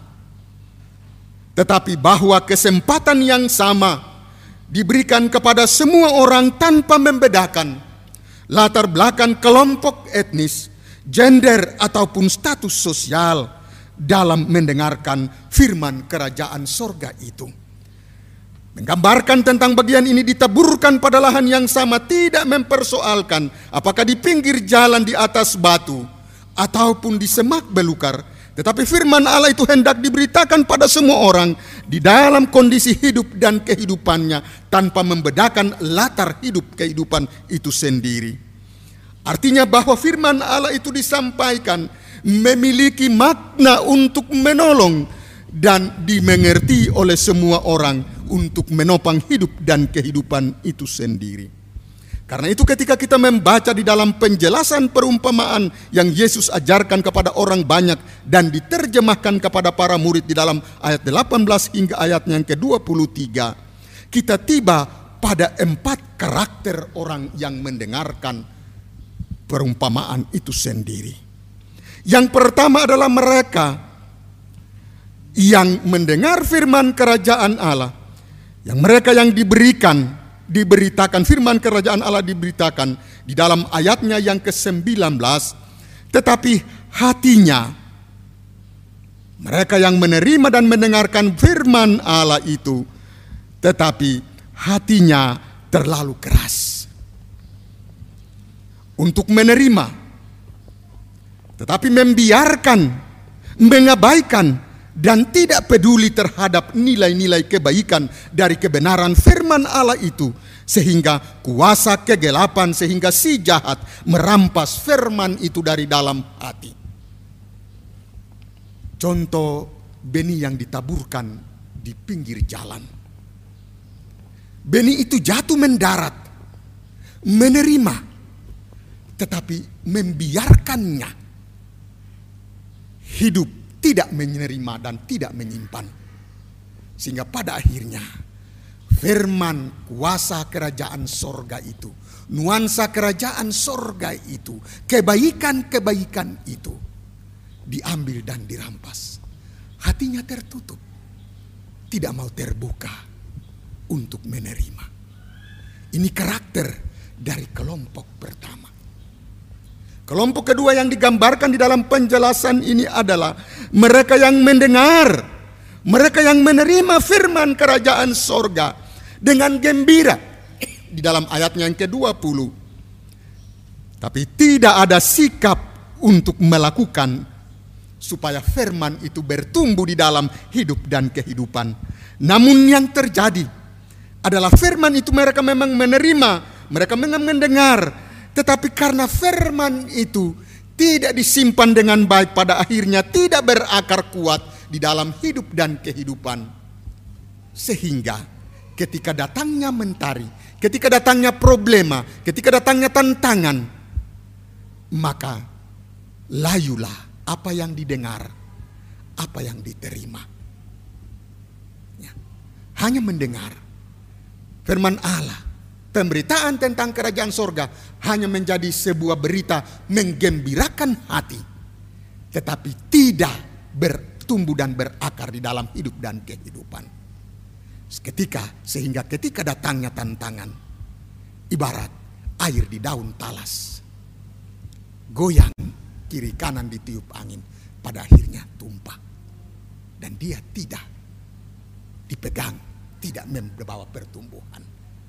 tetapi bahwa kesempatan yang sama diberikan kepada semua orang tanpa membedakan latar belakang kelompok etnis, gender ataupun status sosial dalam mendengarkan firman kerajaan sorga itu. Menggambarkan tentang bagian ini ditaburkan pada lahan yang sama, tidak mempersoalkan apakah di pinggir jalan, di atas batu, ataupun di semak belukar. Tetapi firman Allah itu hendak diberitakan pada semua orang di dalam kondisi hidup dan kehidupannya, tanpa membedakan latar hidup kehidupan itu sendiri. Artinya bahwa firman Allah itu disampaikan memiliki makna untuk menolong dan dimengerti oleh semua orang untuk menopang hidup dan kehidupan itu sendiri. Karena itu ketika kita membaca di dalam penjelasan perumpamaan yang Yesus ajarkan kepada orang banyak dan diterjemahkan kepada para murid di dalam ayat 18 hingga ayatnya yang ke-23, kita tiba pada 4 karakter orang yang mendengarkan perumpamaan itu sendiri. Yang pertama adalah mereka yang mendengar firman kerajaan Allah, yang mereka yang diberitakan firman kerajaan Allah diberitakan di dalam ayatnya yang ke-19, tetapi hatinya, mereka yang menerima dan mendengarkan firman Allah itu, tetapi hatinya terlalu keras untuk menerima, tetapi membiarkan, mengabaikan, dan tidak peduli terhadap nilai-nilai kebaikan dari kebenaran firman Allah itu, sehingga kuasa kegelapan, sehingga si jahat merampas firman itu dari dalam hati. Contoh benih yang ditaburkan di pinggir jalan. Benih itu jatuh mendarat, menerima, tetapi membiarkannya hidup, tidak menerima dan tidak menyimpan. Sehingga pada akhirnya firman kuasa kerajaan sorga itu, nuansa kerajaan sorga itu, kebaikan-kebaikan itu diambil dan dirampas. Hatinya tertutup, tidak mau terbuka untuk menerima. Ini karakter dari kelompok pertama. Kelompok kedua yang digambarkan di dalam penjelasan ini adalah mereka yang mendengar, mereka yang menerima firman kerajaan sorga dengan gembira di dalam ayatnya yang ke-20. Tapi tidak ada sikap untuk melakukan supaya firman itu bertumbuh di dalam hidup dan kehidupan. Namun yang terjadi adalah firman itu mereka memang menerima, mereka memang mendengar, tetapi karena firman itu tidak disimpan dengan baik, pada akhirnya tidak berakar kuat di dalam hidup dan kehidupan. Sehingga ketika datangnya mentari, ketika datangnya problema, ketika datangnya tantangan, maka layulah apa yang didengar, apa yang diterima. Ya. hanya mendengar firman Allah, pemberitaan tentang kerajaan sorga hanya menjadi sebuah berita menggembirakan hati, tetapi tidak bertumbuh dan berakar di dalam hidup dan kehidupan. Sehingga ketika datangnya tantangan, ibarat air di daun talas, goyang kiri kanan ditiup angin, pada akhirnya tumpah. Dan dia tidak dipegang, tidak membawa pertumbuhan.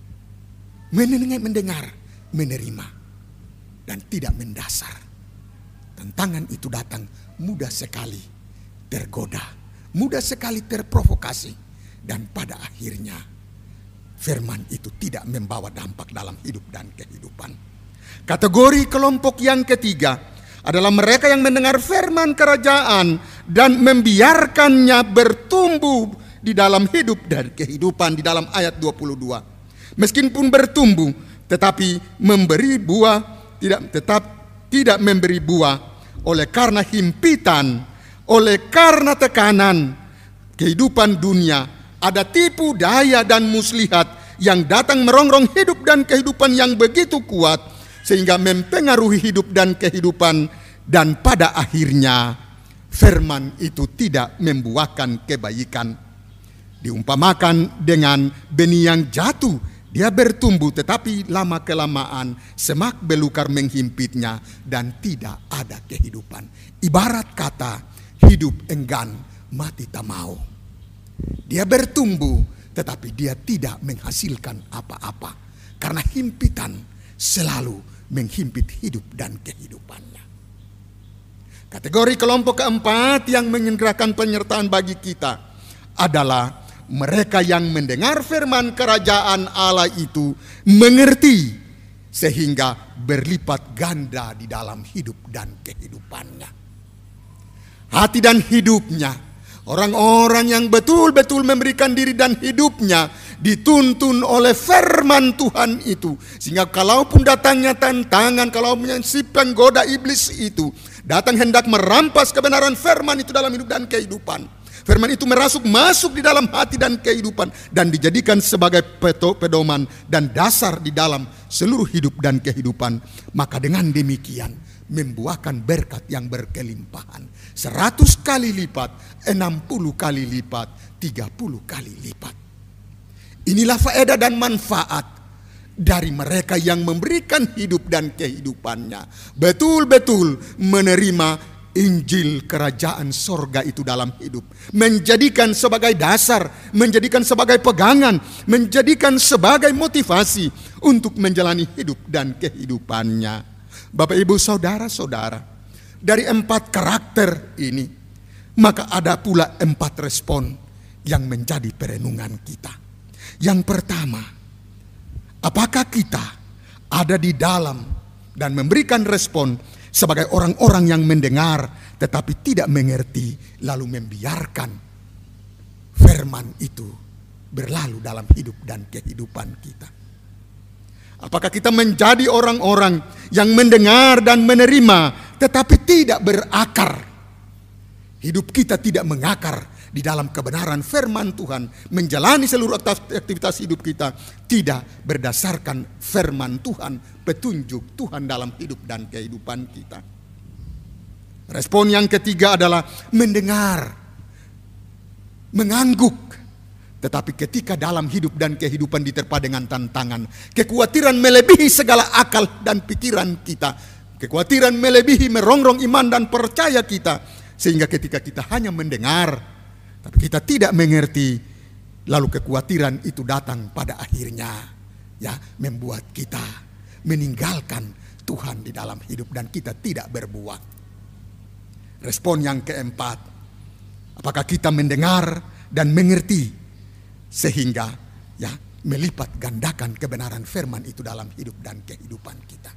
Mendengar, menerima, dan tidak mendasar. Tantangan itu datang mudah sekali tergoda, mudah sekali terprovokasi. Dan pada akhirnya firman itu tidak membawa dampak dalam hidup dan kehidupan. Kategori kelompok yang ketiga adalah mereka yang mendengar firman kerajaan dan membiarkannya bertumbuh di dalam hidup dan kehidupan. Di dalam ayat 22. Meskipun bertumbuh tetapi memberi buah, tidak memberi buah oleh karena himpitan, oleh karena tekanan kehidupan dunia. Ada tipu daya dan muslihat yang datang merongrong hidup dan kehidupan yang begitu kuat, sehingga mempengaruhi hidup dan kehidupan, dan pada akhirnya firman itu tidak membuahkan kebaikan. Diumpamakan dengan benih yang jatuh, dia bertumbuh tetapi lama kelamaan semak belukar menghimpitnya dan tidak ada kehidupan. Ibarat kata hidup enggan, mati tak mau. Dia bertumbuh tetapi dia tidak menghasilkan apa-apa, karena himpitan selalu menghimpit hidup dan kehidupannya. Kategori kelompok keempat yang menggerakkan penyertaan bagi kita adalah mereka yang mendengar firman kerajaan Allah itu, mengerti, sehingga berlipat ganda di dalam hidup dan kehidupannya. Hati dan hidupnya, orang-orang yang betul-betul memberikan diri dan hidupnya dituntun oleh firman Tuhan itu. Sehingga kalaupun datangnya tantangan, kalaupun si penggoda iblis itu datang hendak merampas kebenaran firman itu dalam hidup dan kehidupan, firman itu masuk di dalam hati dan kehidupan, dan dijadikan sebagai pedoman dan dasar di dalam seluruh hidup dan kehidupan. Maka dengan demikian membuahkan berkat yang berkelimpahan, 100 kali lipat, 60 kali lipat, 30 kali lipat. Inilah faedah dan manfaat dari mereka yang memberikan hidup dan kehidupannya, betul-betul menerima Injil kerajaan sorga itu dalam hidup, menjadikan sebagai dasar, menjadikan sebagai pegangan, menjadikan sebagai motivasi untuk menjalani hidup dan kehidupannya. Bapak, Ibu, saudara-saudara, dari 4 karakter ini, maka ada pula 4 respon yang menjadi perenungan kita. Yang pertama, apakah kita ada di dalam dan memberikan respon sebagai orang-orang yang mendengar tetapi tidak mengerti, lalu membiarkan firman itu berlalu dalam hidup dan kehidupan kita? Apakah kita menjadi orang-orang yang mendengar dan menerima tetapi tidak berakar? Hidup kita tidak mengakar di dalam kebenaran firman Tuhan, menjalani seluruh aktivitas hidup kita tidak berdasarkan firman Tuhan, petunjuk Tuhan dalam hidup dan kehidupan kita. Respon yang ketiga adalah mendengar, mengangguk. Tetapi ketika dalam hidup dan kehidupan diterpa dengan tantangan, kekhawatiran melebihi segala akal dan pikiran kita, kekhawatiran melebihi merongrong iman dan percaya kita, sehingga ketika kita hanya mendengar tapi kita tidak mengerti, lalu kekhawatiran itu datang pada akhirnya membuat kita meninggalkan Tuhan di dalam hidup dan kita tidak berbuat. Respon yang keempat, apakah kita mendengar dan mengerti sehingga melipat gandakan kebenaran firman itu dalam hidup dan kehidupan kita?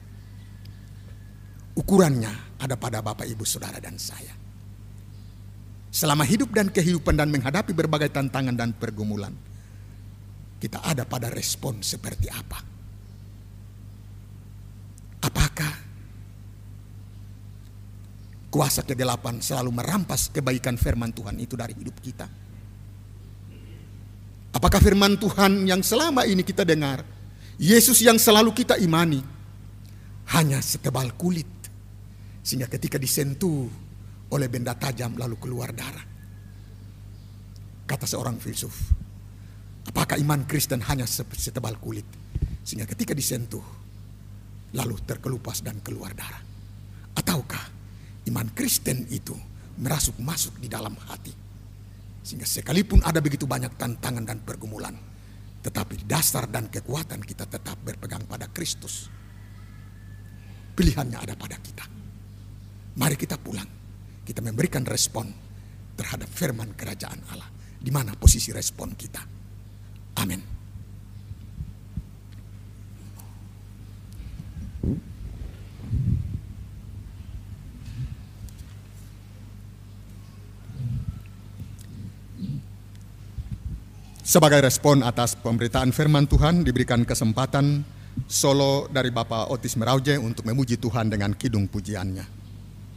Ukurannya ada pada Bapak, Ibu, Saudara, dan saya. Selama hidup dan kehidupan dan menghadapi berbagai tantangan dan pergumulan, kita ada pada respon seperti apa? Apakah kuasa kegelapan selalu merampas kebaikan firman Tuhan itu dari hidup kita? Apakah firman Tuhan yang selama ini kita dengar, Yesus yang selalu kita imani, hanya setebal kulit, sehingga ketika disentuh oleh benda tajam lalu keluar darah? Kata seorang filsuf, apakah iman Kristen hanya setebal kulit, sehingga ketika disentuh lalu terkelupas dan keluar darah? Ataukah iman Kristen itu merasuk masuk di dalam hati, sehingga sekalipun ada begitu banyak tantangan dan pergumulan, tetapi dasar dan kekuatan kita tetap berpegang pada Kristus? Pilihannya ada pada kita. Mari kita pulang, kita memberikan respon terhadap firman kerajaan Allah. Di mana posisi respon kita? Amin. Sebagai respon atas pemberitaan firman Tuhan, diberikan kesempatan solo dari Bapak Otis Merauje untuk memuji Tuhan dengan kidung pujiannya.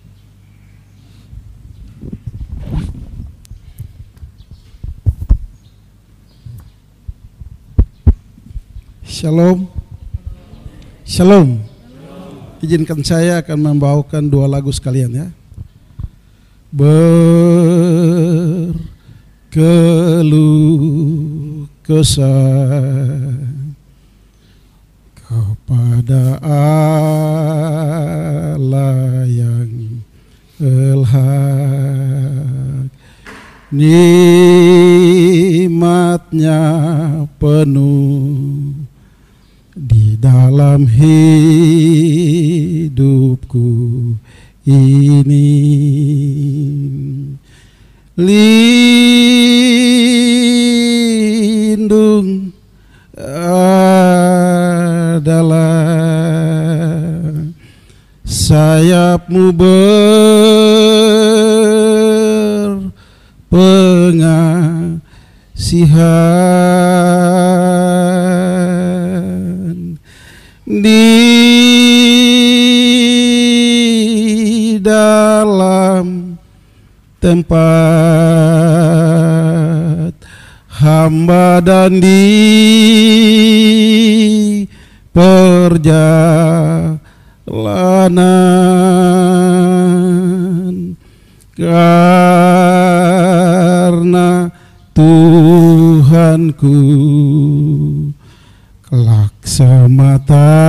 Shalom. Shalom. Izinkan saya akan membawakan dua lagu sekalian ya. Berkeluh kesah kepada Allah yang elhak, nikmatnya penuh di dalam hidupku ini. Lindung adalah sayapmu berpengasihan di dalam tempat hamba dan di perjalanan, karena Tuhanku kelak semata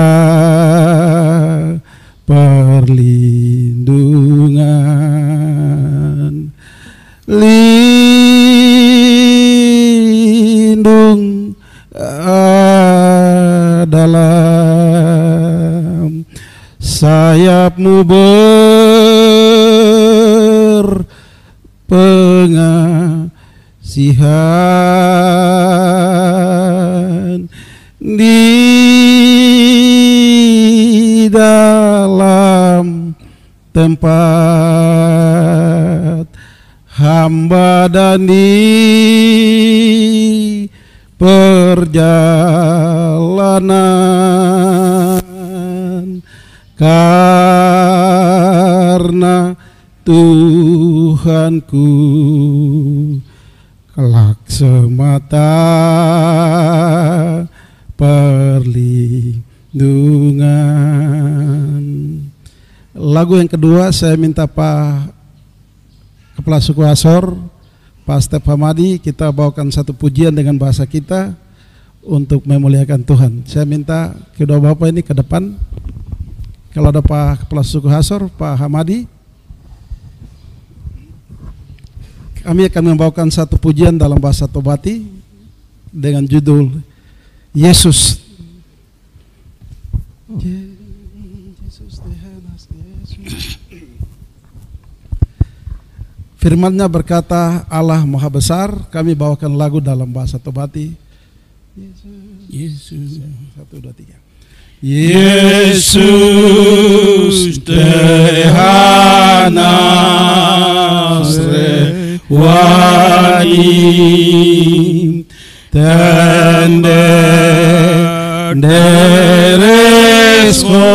perlindungan. Lindung dalam sayapmu berpengasihan di dalam tempat hamba dan di perjalanan, karena Tuhanku kelak semata perlindungan. Lagu yang kedua saya minta Pak Kepala Suku Asor, Pak Step Hamadi, kita bawakan satu pujian dengan bahasa kita untuk memuliakan Tuhan. Saya minta kedua Bapak ini ke depan. Kalau ada Pak Kepala Suku Asor, Pak Hamadi, kami akan membawakan satu pujian dalam bahasa Tobati dengan judul Yesus. Firman-Nya berkata, Allah Maha Besar. Kami bawakan lagu dalam bahasa Tobati. Yesus. 1, 2, 3. Yesus tehana wani tenderesco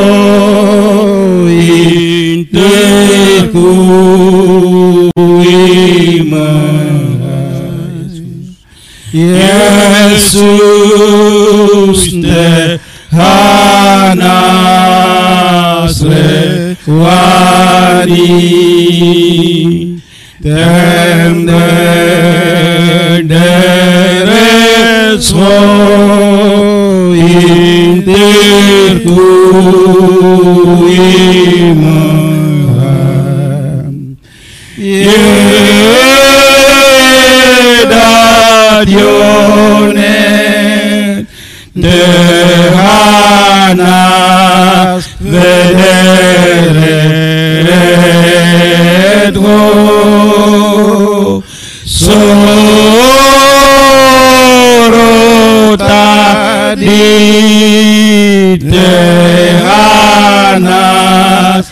inteku iman. Yesus Nasrani dem deres ho intirku iman Dionet dehanas vederet ho sorota di dehanas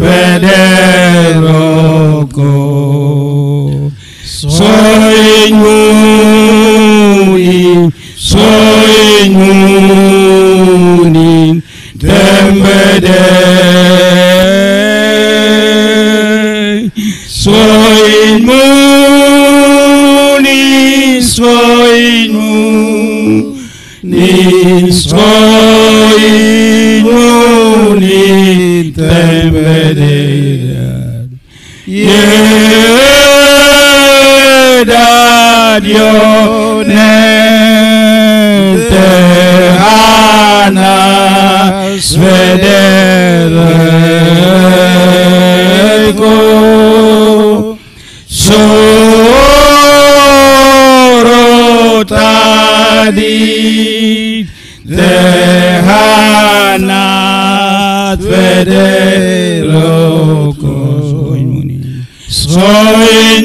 vederoko soy munin dembede soy munin dembede Dionet dehanas vedereko sorota di dehanas vedereko soy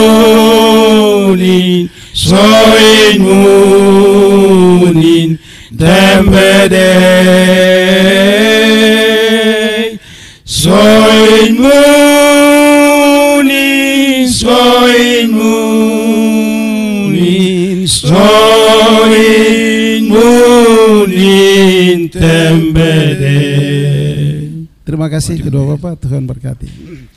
munin dembede soy munin dembede. Terima kasih kedua Bapak, Tuhan berkati.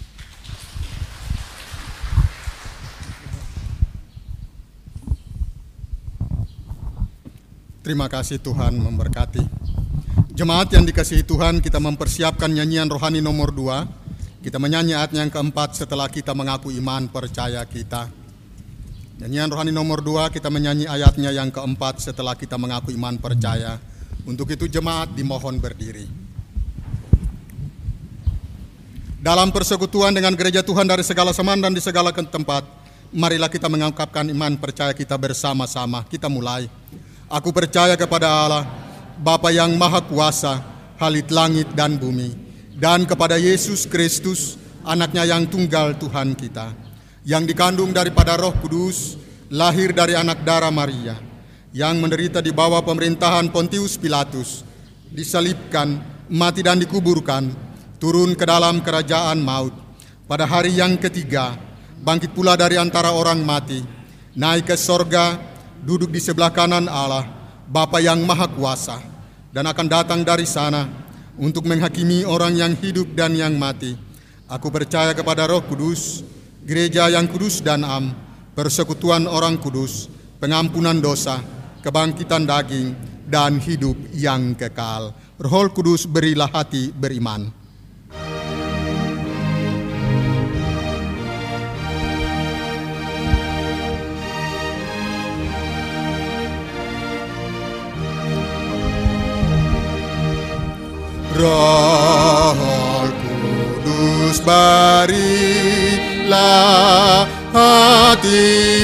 Terima kasih, Tuhan memberkati. Jemaat yang dikasihi Tuhan, kita mempersiapkan nyanyian rohani nomor 2. Kita menyanyi ayatnya yang keempat setelah kita mengaku iman percaya kita. Nyanyian rohani nomor 2, kita menyanyi ayatnya yang keempat setelah kita mengaku iman percaya. Untuk itu jemaat dimohon berdiri. Dalam persekutuan dengan gereja Tuhan dari segala zaman dan di segala tempat, marilah kita mengungkapkan iman percaya kita bersama-sama. Kita mulai. Aku percaya kepada Allah, Bapa yang Maha Kuasa, Khalid langit dan bumi, dan kepada Yesus Kristus, anaknya yang tunggal Tuhan kita, yang dikandung daripada Roh Kudus, lahir dari anak darah Maria, yang menderita di bawah pemerintahan Pontius Pilatus, disalibkan, mati dan dikuburkan, turun ke dalam kerajaan maut. Pada hari yang ketiga, bangkit pula dari antara orang mati, naik ke sorga, duduk di sebelah kanan Allah, Bapa yang Maha Kuasa, dan akan datang dari sana untuk menghakimi orang yang hidup dan yang mati. Aku percaya kepada Roh Kudus, gereja yang kudus dan am, persekutuan orang kudus, pengampunan dosa, kebangkitan daging, dan hidup yang kekal. Roh Kudus berilah hati beriman. Roh Kudus berilah hati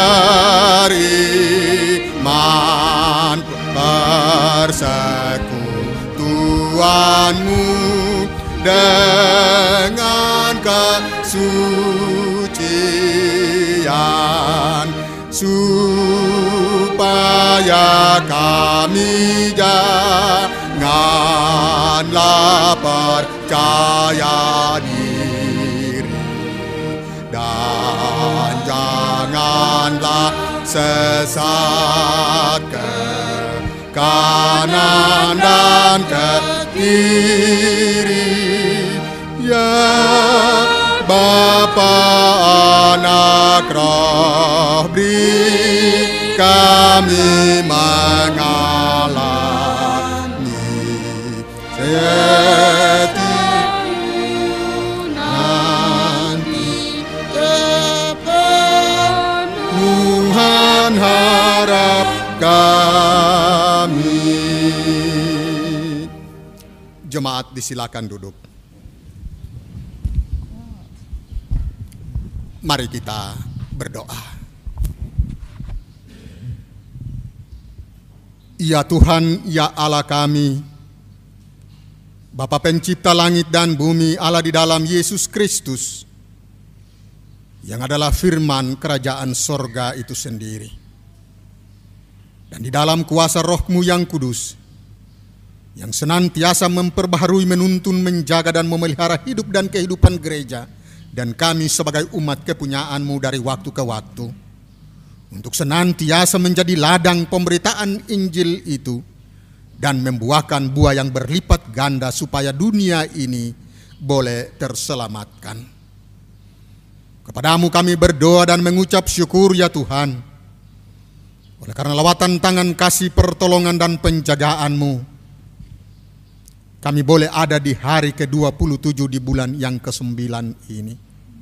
beriman, persekutuanmu dengan kesucian, supaya kami janganlah percaya diri dan janganlah sesat ke kanan dan ke kiri. Ya Bapa, Anak, Roh, berikan kami mengalami nanti kepenuhan harap kami. Jemaat disilakan duduk. Mari kita berdoa. Ya Tuhan, ya Allah kami, Bapa pencipta langit dan bumi, Allah di dalam Yesus Kristus, yang adalah firman kerajaan sorga itu sendiri. Dan di dalam kuasa Roh-Mu yang kudus, yang senantiasa memperbaharui, menuntun, menjaga dan memelihara hidup dan kehidupan gereja, dan kami sebagai umat kepunyaan-Mu dari waktu ke waktu, untuk senantiasa menjadi ladang pemberitaan Injil itu, dan membuahkan buah yang berlipat ganda supaya dunia ini boleh terselamatkan. Kepadamu kami berdoa dan mengucap syukur ya Tuhan, oleh karena lawatan tangan kasih, pertolongan dan penjagaan-Mu, kami boleh ada di hari ke-27 di bulan yang ke-9 ini.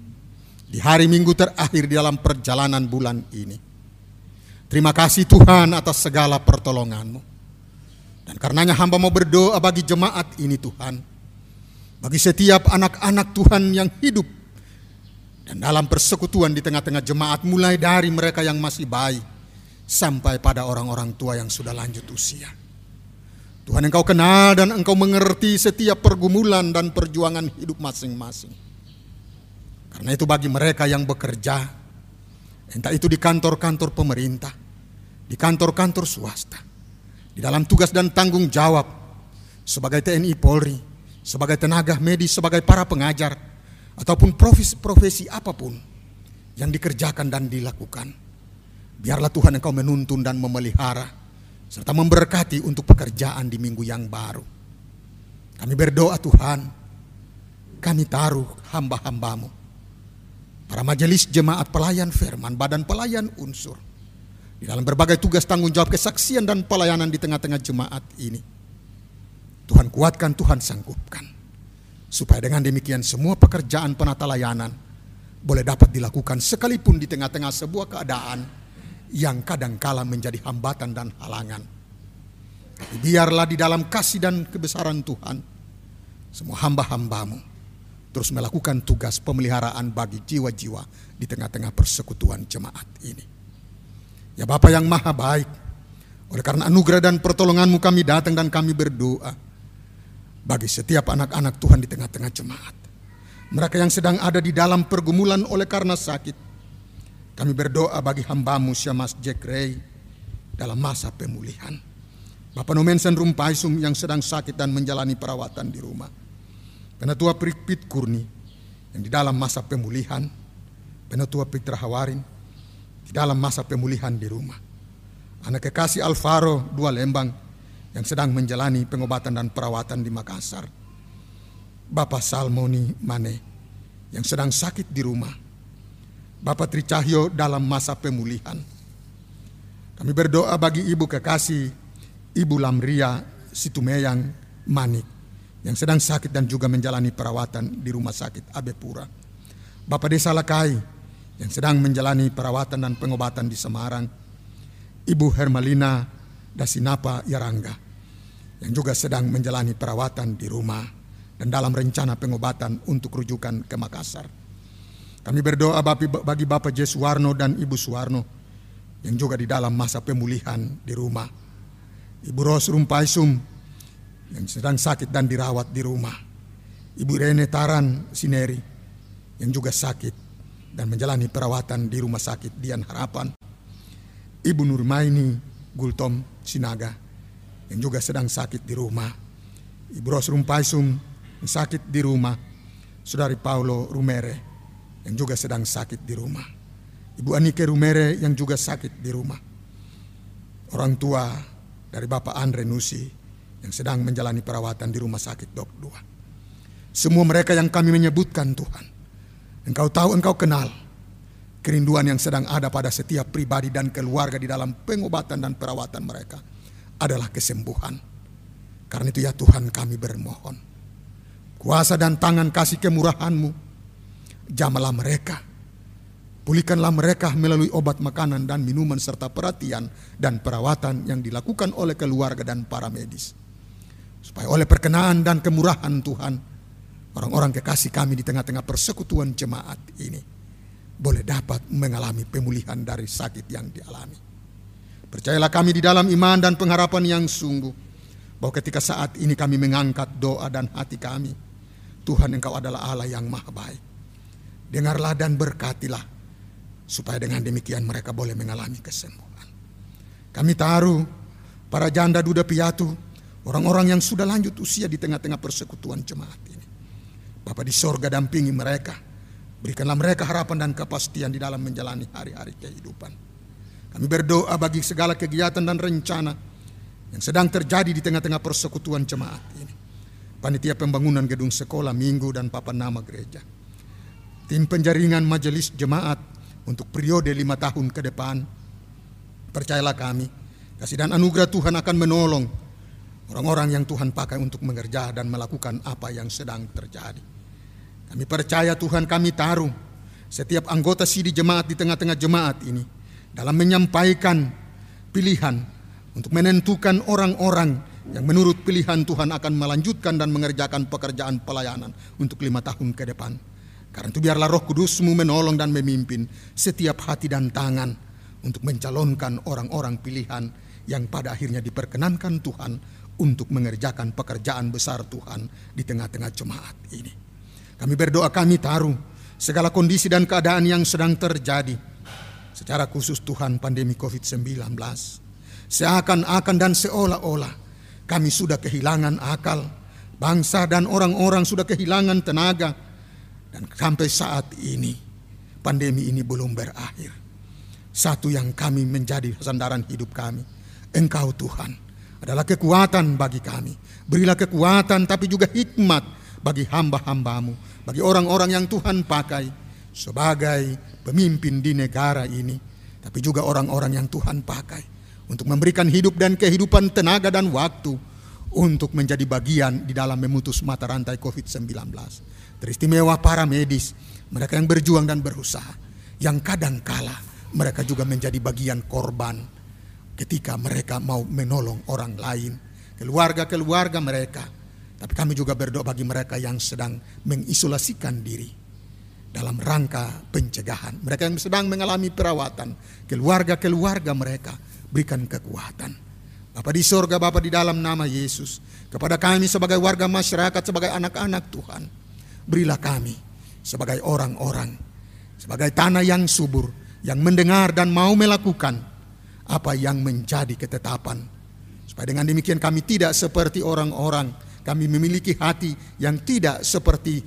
Di hari Minggu terakhir di dalam perjalanan bulan ini. Terima kasih Tuhan atas segala pertolongan-Mu. Dan karenanya hamba mau berdoa bagi jemaat ini Tuhan. Bagi setiap anak-anak Tuhan yang hidup. Dan dalam persekutuan di tengah-tengah jemaat, mulai dari mereka yang masih bayi sampai pada orang-orang tua yang sudah lanjut usia. Tuhan, Engkau kenal dan Engkau mengerti setiap pergumulan dan perjuangan hidup masing-masing. Karena itu bagi mereka yang bekerja, entah itu di kantor-kantor pemerintah, di kantor-kantor swasta, di dalam tugas dan tanggung jawab sebagai TNI Polri, sebagai tenaga medis, sebagai para pengajar, ataupun profesi apapun yang dikerjakan dan dilakukan, biarlah Tuhan Engkau menuntun dan memelihara, serta memberkati untuk pekerjaan di minggu yang baru. Kami berdoa Tuhan, kami taruh hamba-hamba-Mu, para majelis jemaat pelayan firman, badan pelayan unsur, di dalam berbagai tugas tanggung jawab kesaksian dan pelayanan di tengah-tengah jemaat ini. Tuhan kuatkan, Tuhan sanggupkan, supaya dengan demikian semua pekerjaan penata layanan boleh dapat dilakukan sekalipun di tengah-tengah sebuah keadaan yang kadangkala menjadi hambatan dan halangan. Tapi biarlah di dalam kasih dan kebesaran Tuhan, semua hamba-hamba-Mu terus melakukan tugas pemeliharaan bagi jiwa-jiwa di tengah-tengah persekutuan jemaat ini. Ya Bapa yang maha baik, oleh karena anugerah dan pertolongan-Mu kami datang dan kami berdoa bagi setiap anak-anak Tuhan di tengah-tengah jemaat. Mereka yang sedang ada di dalam pergumulan oleh karena sakit. Kami berdoa bagi hamba-Mu Syamas Jack Ray dalam masa pemulihan. Bapak Nomensen Rumpaisum yang sedang sakit dan menjalani perawatan di rumah. Penatua Pit Kurni yang di dalam masa pemulihan. Penatua Petra Hawarin di dalam masa pemulihan di rumah. Anak kekasih Alvaro 2 Lembang yang sedang menjalani pengobatan dan perawatan di Makassar. Bapak Salmoni Mane yang sedang sakit di rumah. Bapak Tricahyo dalam masa pemulihan. Kami berdoa bagi ibu kekasih Ibu Lamria Situmeyang Manik yang sedang sakit dan juga menjalani perawatan di rumah sakit Abepura. Bapak Desa Lakai yang sedang menjalani perawatan dan pengobatan di Semarang. Ibu Hermalina Dasinapa Yarangga yang juga sedang menjalani perawatan di rumah dan dalam rencana pengobatan untuk rujukan ke Makassar. Kami berdoa bagi Bapak J. Suwarno dan Ibu Suwarno yang juga di dalam masa pemulihan di rumah. Ibu Ros Rumpaisum yang sedang sakit dan dirawat di rumah. Ibu Rene Taran Sineri yang juga sakit dan menjalani perawatan di rumah sakit Dian Harapan. Ibu Nurmaini Gultom Sinaga yang juga sedang sakit di rumah. Ibu Ros Rumpaisum yang sakit di rumah. Saudari Paulo Rumere yang juga sedang sakit di rumah. Ibu Anike Rumere yang juga sakit di rumah. Orang tua dari Bapak Andre Nusi yang sedang menjalani perawatan di rumah sakit Dok 2. Semua mereka yang kami menyebutkan Tuhan, Engkau tahu, Engkau kenal. kerinduan yang sedang ada pada setiap pribadi dan keluarga di dalam pengobatan dan perawatan mereka adalah kesembuhan. Karena itu ya Tuhan, kami bermohon, kuasa dan tangan kasih kemurahan-Mu, jamalah mereka, pulihkanlah mereka melalui obat makanan dan minuman serta perhatian dan perawatan yang dilakukan oleh keluarga dan para medis. Supaya oleh perkenaan dan kemurahan Tuhan, orang-orang kekasih kami di tengah-tengah persekutuan jemaat ini boleh dapat mengalami pemulihan dari sakit yang dialami. Percayalah kami di dalam iman dan pengharapan yang sungguh, bahwa ketika saat ini kami mengangkat doa dan hati kami, Tuhan, Engkau adalah Allah yang maha baik. Dengarlah dan berkatilah, supaya dengan demikian mereka boleh mengalami kesembuhan. Kami taruh para janda duda piatu, orang-orang yang sudah lanjut usia di tengah-tengah persekutuan jemaat ini. Bapa di sorga, dampingi mereka, berikanlah mereka harapan dan kepastian di dalam menjalani hari-hari kehidupan. Kami berdoa bagi segala kegiatan dan rencana yang sedang terjadi di tengah-tengah persekutuan jemaat ini. Panitia pembangunan gedung sekolah minggu dan papan nama gereja, tim penjaringan majelis jemaat untuk periode 5 tahun ke depan. Percayalah kami, kasih dan anugerah Tuhan akan menolong orang-orang yang Tuhan pakai untuk mengerja dan melakukan apa yang sedang terjadi. Kami percaya Tuhan, kami taruh setiap anggota sidi jemaat di tengah-tengah jemaat ini dalam menyampaikan pilihan untuk menentukan orang-orang yang menurut pilihan Tuhan akan melanjutkan dan mengerjakan pekerjaan pelayanan untuk 5 tahun ke depan. Karena itu biarlah Roh Kudus-Mu menolong dan memimpin setiap hati dan tangan untuk mencalonkan orang-orang pilihan yang pada akhirnya diperkenankan Tuhan untuk mengerjakan pekerjaan besar Tuhan di tengah-tengah jemaat ini. Kami berdoa, kami taruh segala kondisi dan keadaan yang sedang terjadi, secara khusus Tuhan pandemi COVID-19. Seakan-akan dan seolah-olah kami sudah kehilangan akal, bangsa dan orang-orang sudah kehilangan tenaga, dan sampai saat ini pandemi ini belum berakhir. Satu yang kami menjadi sandaran hidup kami, Engkau Tuhan adalah kekuatan bagi kami. Berilah kekuatan tapi juga hikmat bagi hamba-hamba-Mu, bagi orang-orang yang Tuhan pakai sebagai pemimpin di negara ini, tapi juga orang-orang yang Tuhan pakai untuk memberikan hidup dan kehidupan, tenaga dan waktu untuk menjadi bagian di dalam memutus mata rantai COVID-19. Teristimewa para medis, mereka yang berjuang dan berusaha, yang kadangkala mereka juga menjadi bagian korban ketika mereka mau menolong orang lain, keluarga-keluarga mereka. Tapi kami juga berdoa bagi mereka yang sedang mengisolasikan diri dalam rangka pencegahan, mereka yang sedang mengalami perawatan, keluarga-keluarga mereka. Berikan kekuatan, Bapa di sorga, Bapa di dalam nama Yesus, kepada kami sebagai warga masyarakat, sebagai anak-anak Tuhan. Berilah kami sebagai orang-orang, sebagai tanah yang subur, yang mendengar dan mau melakukan apa yang menjadi ketetapan. Supaya dengan demikian kami tidak seperti orang-orang, kami memiliki hati yang tidak seperti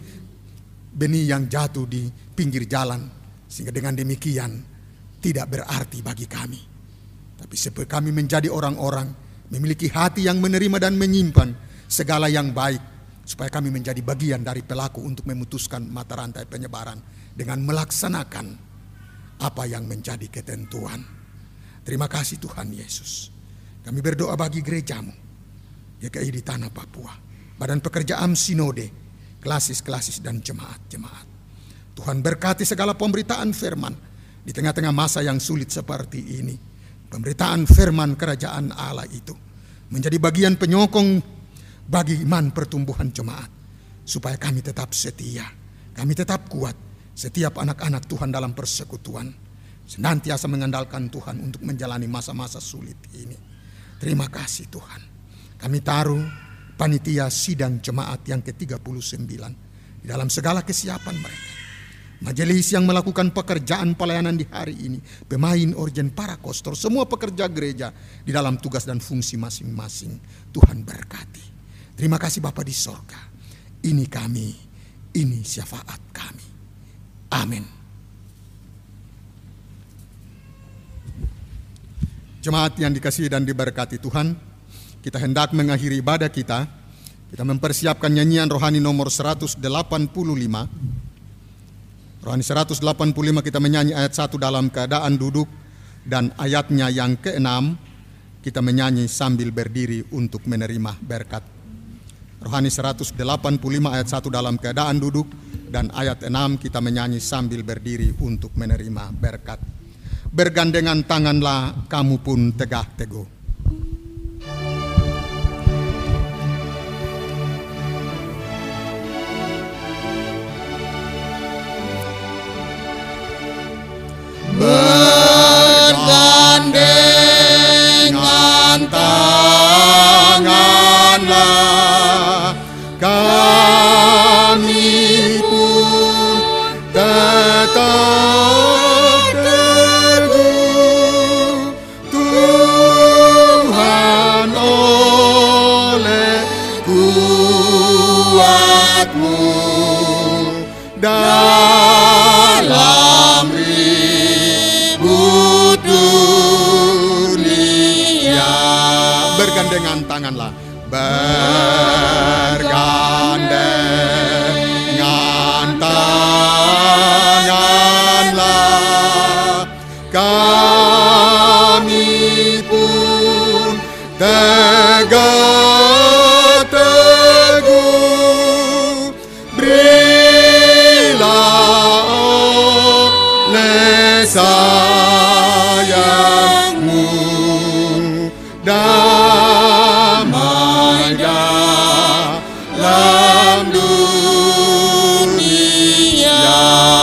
benih yang jatuh di pinggir jalan, sehingga dengan demikian tidak berarti bagi kami. Tapi seperti kami menjadi orang-orang memiliki hati yang menerima dan menyimpan segala yang baik, supaya kami menjadi bagian dari pelaku untuk memutuskan mata rantai penyebaran dengan melaksanakan apa yang menjadi ketentuan. Terima kasih Tuhan Yesus. Kami berdoa bagi gereja-Mu GKI di tanah Papua, Badan Pekerjaan Sinode, klasis-klasis dan jemaat-jemaat. Tuhan berkati segala pemberitaan firman di tengah-tengah masa yang sulit seperti ini. Pemberitaan firman kerajaan Allah itu menjadi bagian penyokong bagi iman pertumbuhan jemaat, supaya kami tetap setia, kami tetap kuat. Setiap anak-anak Tuhan dalam persekutuan senantiasa mengandalkan Tuhan untuk menjalani masa-masa sulit ini. Terima kasih Tuhan. Kami taruh panitia sidang jemaat yang ke-39 di dalam segala kesiapan mereka. Majelis yang melakukan pekerjaan pelayanan di hari ini, pemain, organ, para kostor, semua pekerja gereja di dalam tugas dan fungsi masing-masing. Tuhan berkati. Terima kasih Bapa di sorga. Ini kami, ini syafaat kami. Amin. Jemaat yang dikasihi dan diberkati Tuhan, kita hendak mengakhiri ibadah kita. Kita mempersiapkan nyanyian rohani nomor 185. Rohani 185 kita menyanyi ayat 1 dalam keadaan duduk, dan ayatnya yang ke-6 kita menyanyi sambil berdiri untuk menerima berkat. Rohani 185 ayat 1 dalam keadaan duduk, dan ayat 6 kita menyanyi sambil berdiri untuk menerima berkat. Bergandengan tanganlah kamu pun tegak teguh. Bergandengan tanganlah kami pun tetap teguh, Tuhan oleh kuat-Mu dalam ribut dunia. Bergandengan tanganlah, Bergandengan tanganlah kami pun tegak teguh, berilah oleh sayang-Mu damai dalam dunia.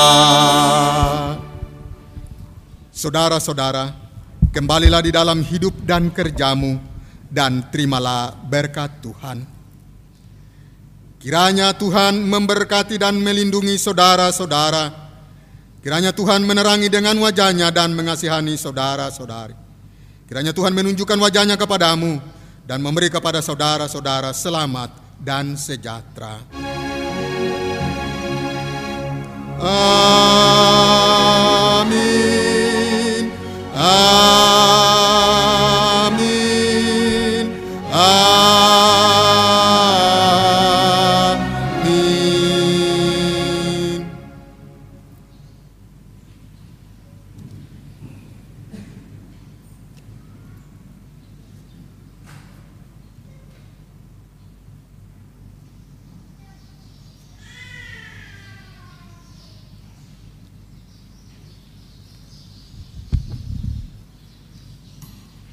saudara-saudara, kembalilah di dalam hidup dan kerjamu, dan terimalah berkat Tuhan. Kiranya Tuhan memberkati dan melindungi saudara-saudara. Kiranya Tuhan menerangi dengan wajah-Nya dan mengasihani saudara-saudari. Kiranya Tuhan menunjukkan wajah-Nya kepadamu dan memberi kepada saudara-saudara selamat dan sejahtera. Amin. Amin. Amin.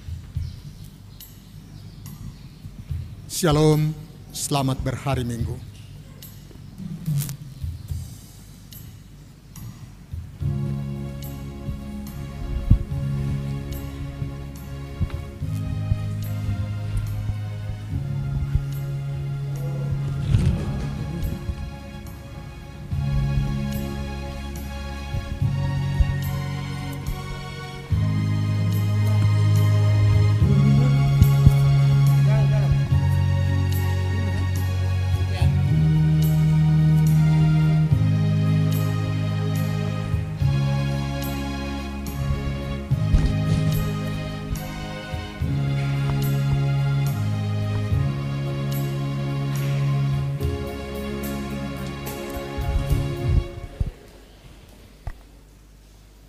Shalom, selamat berhari Minggu.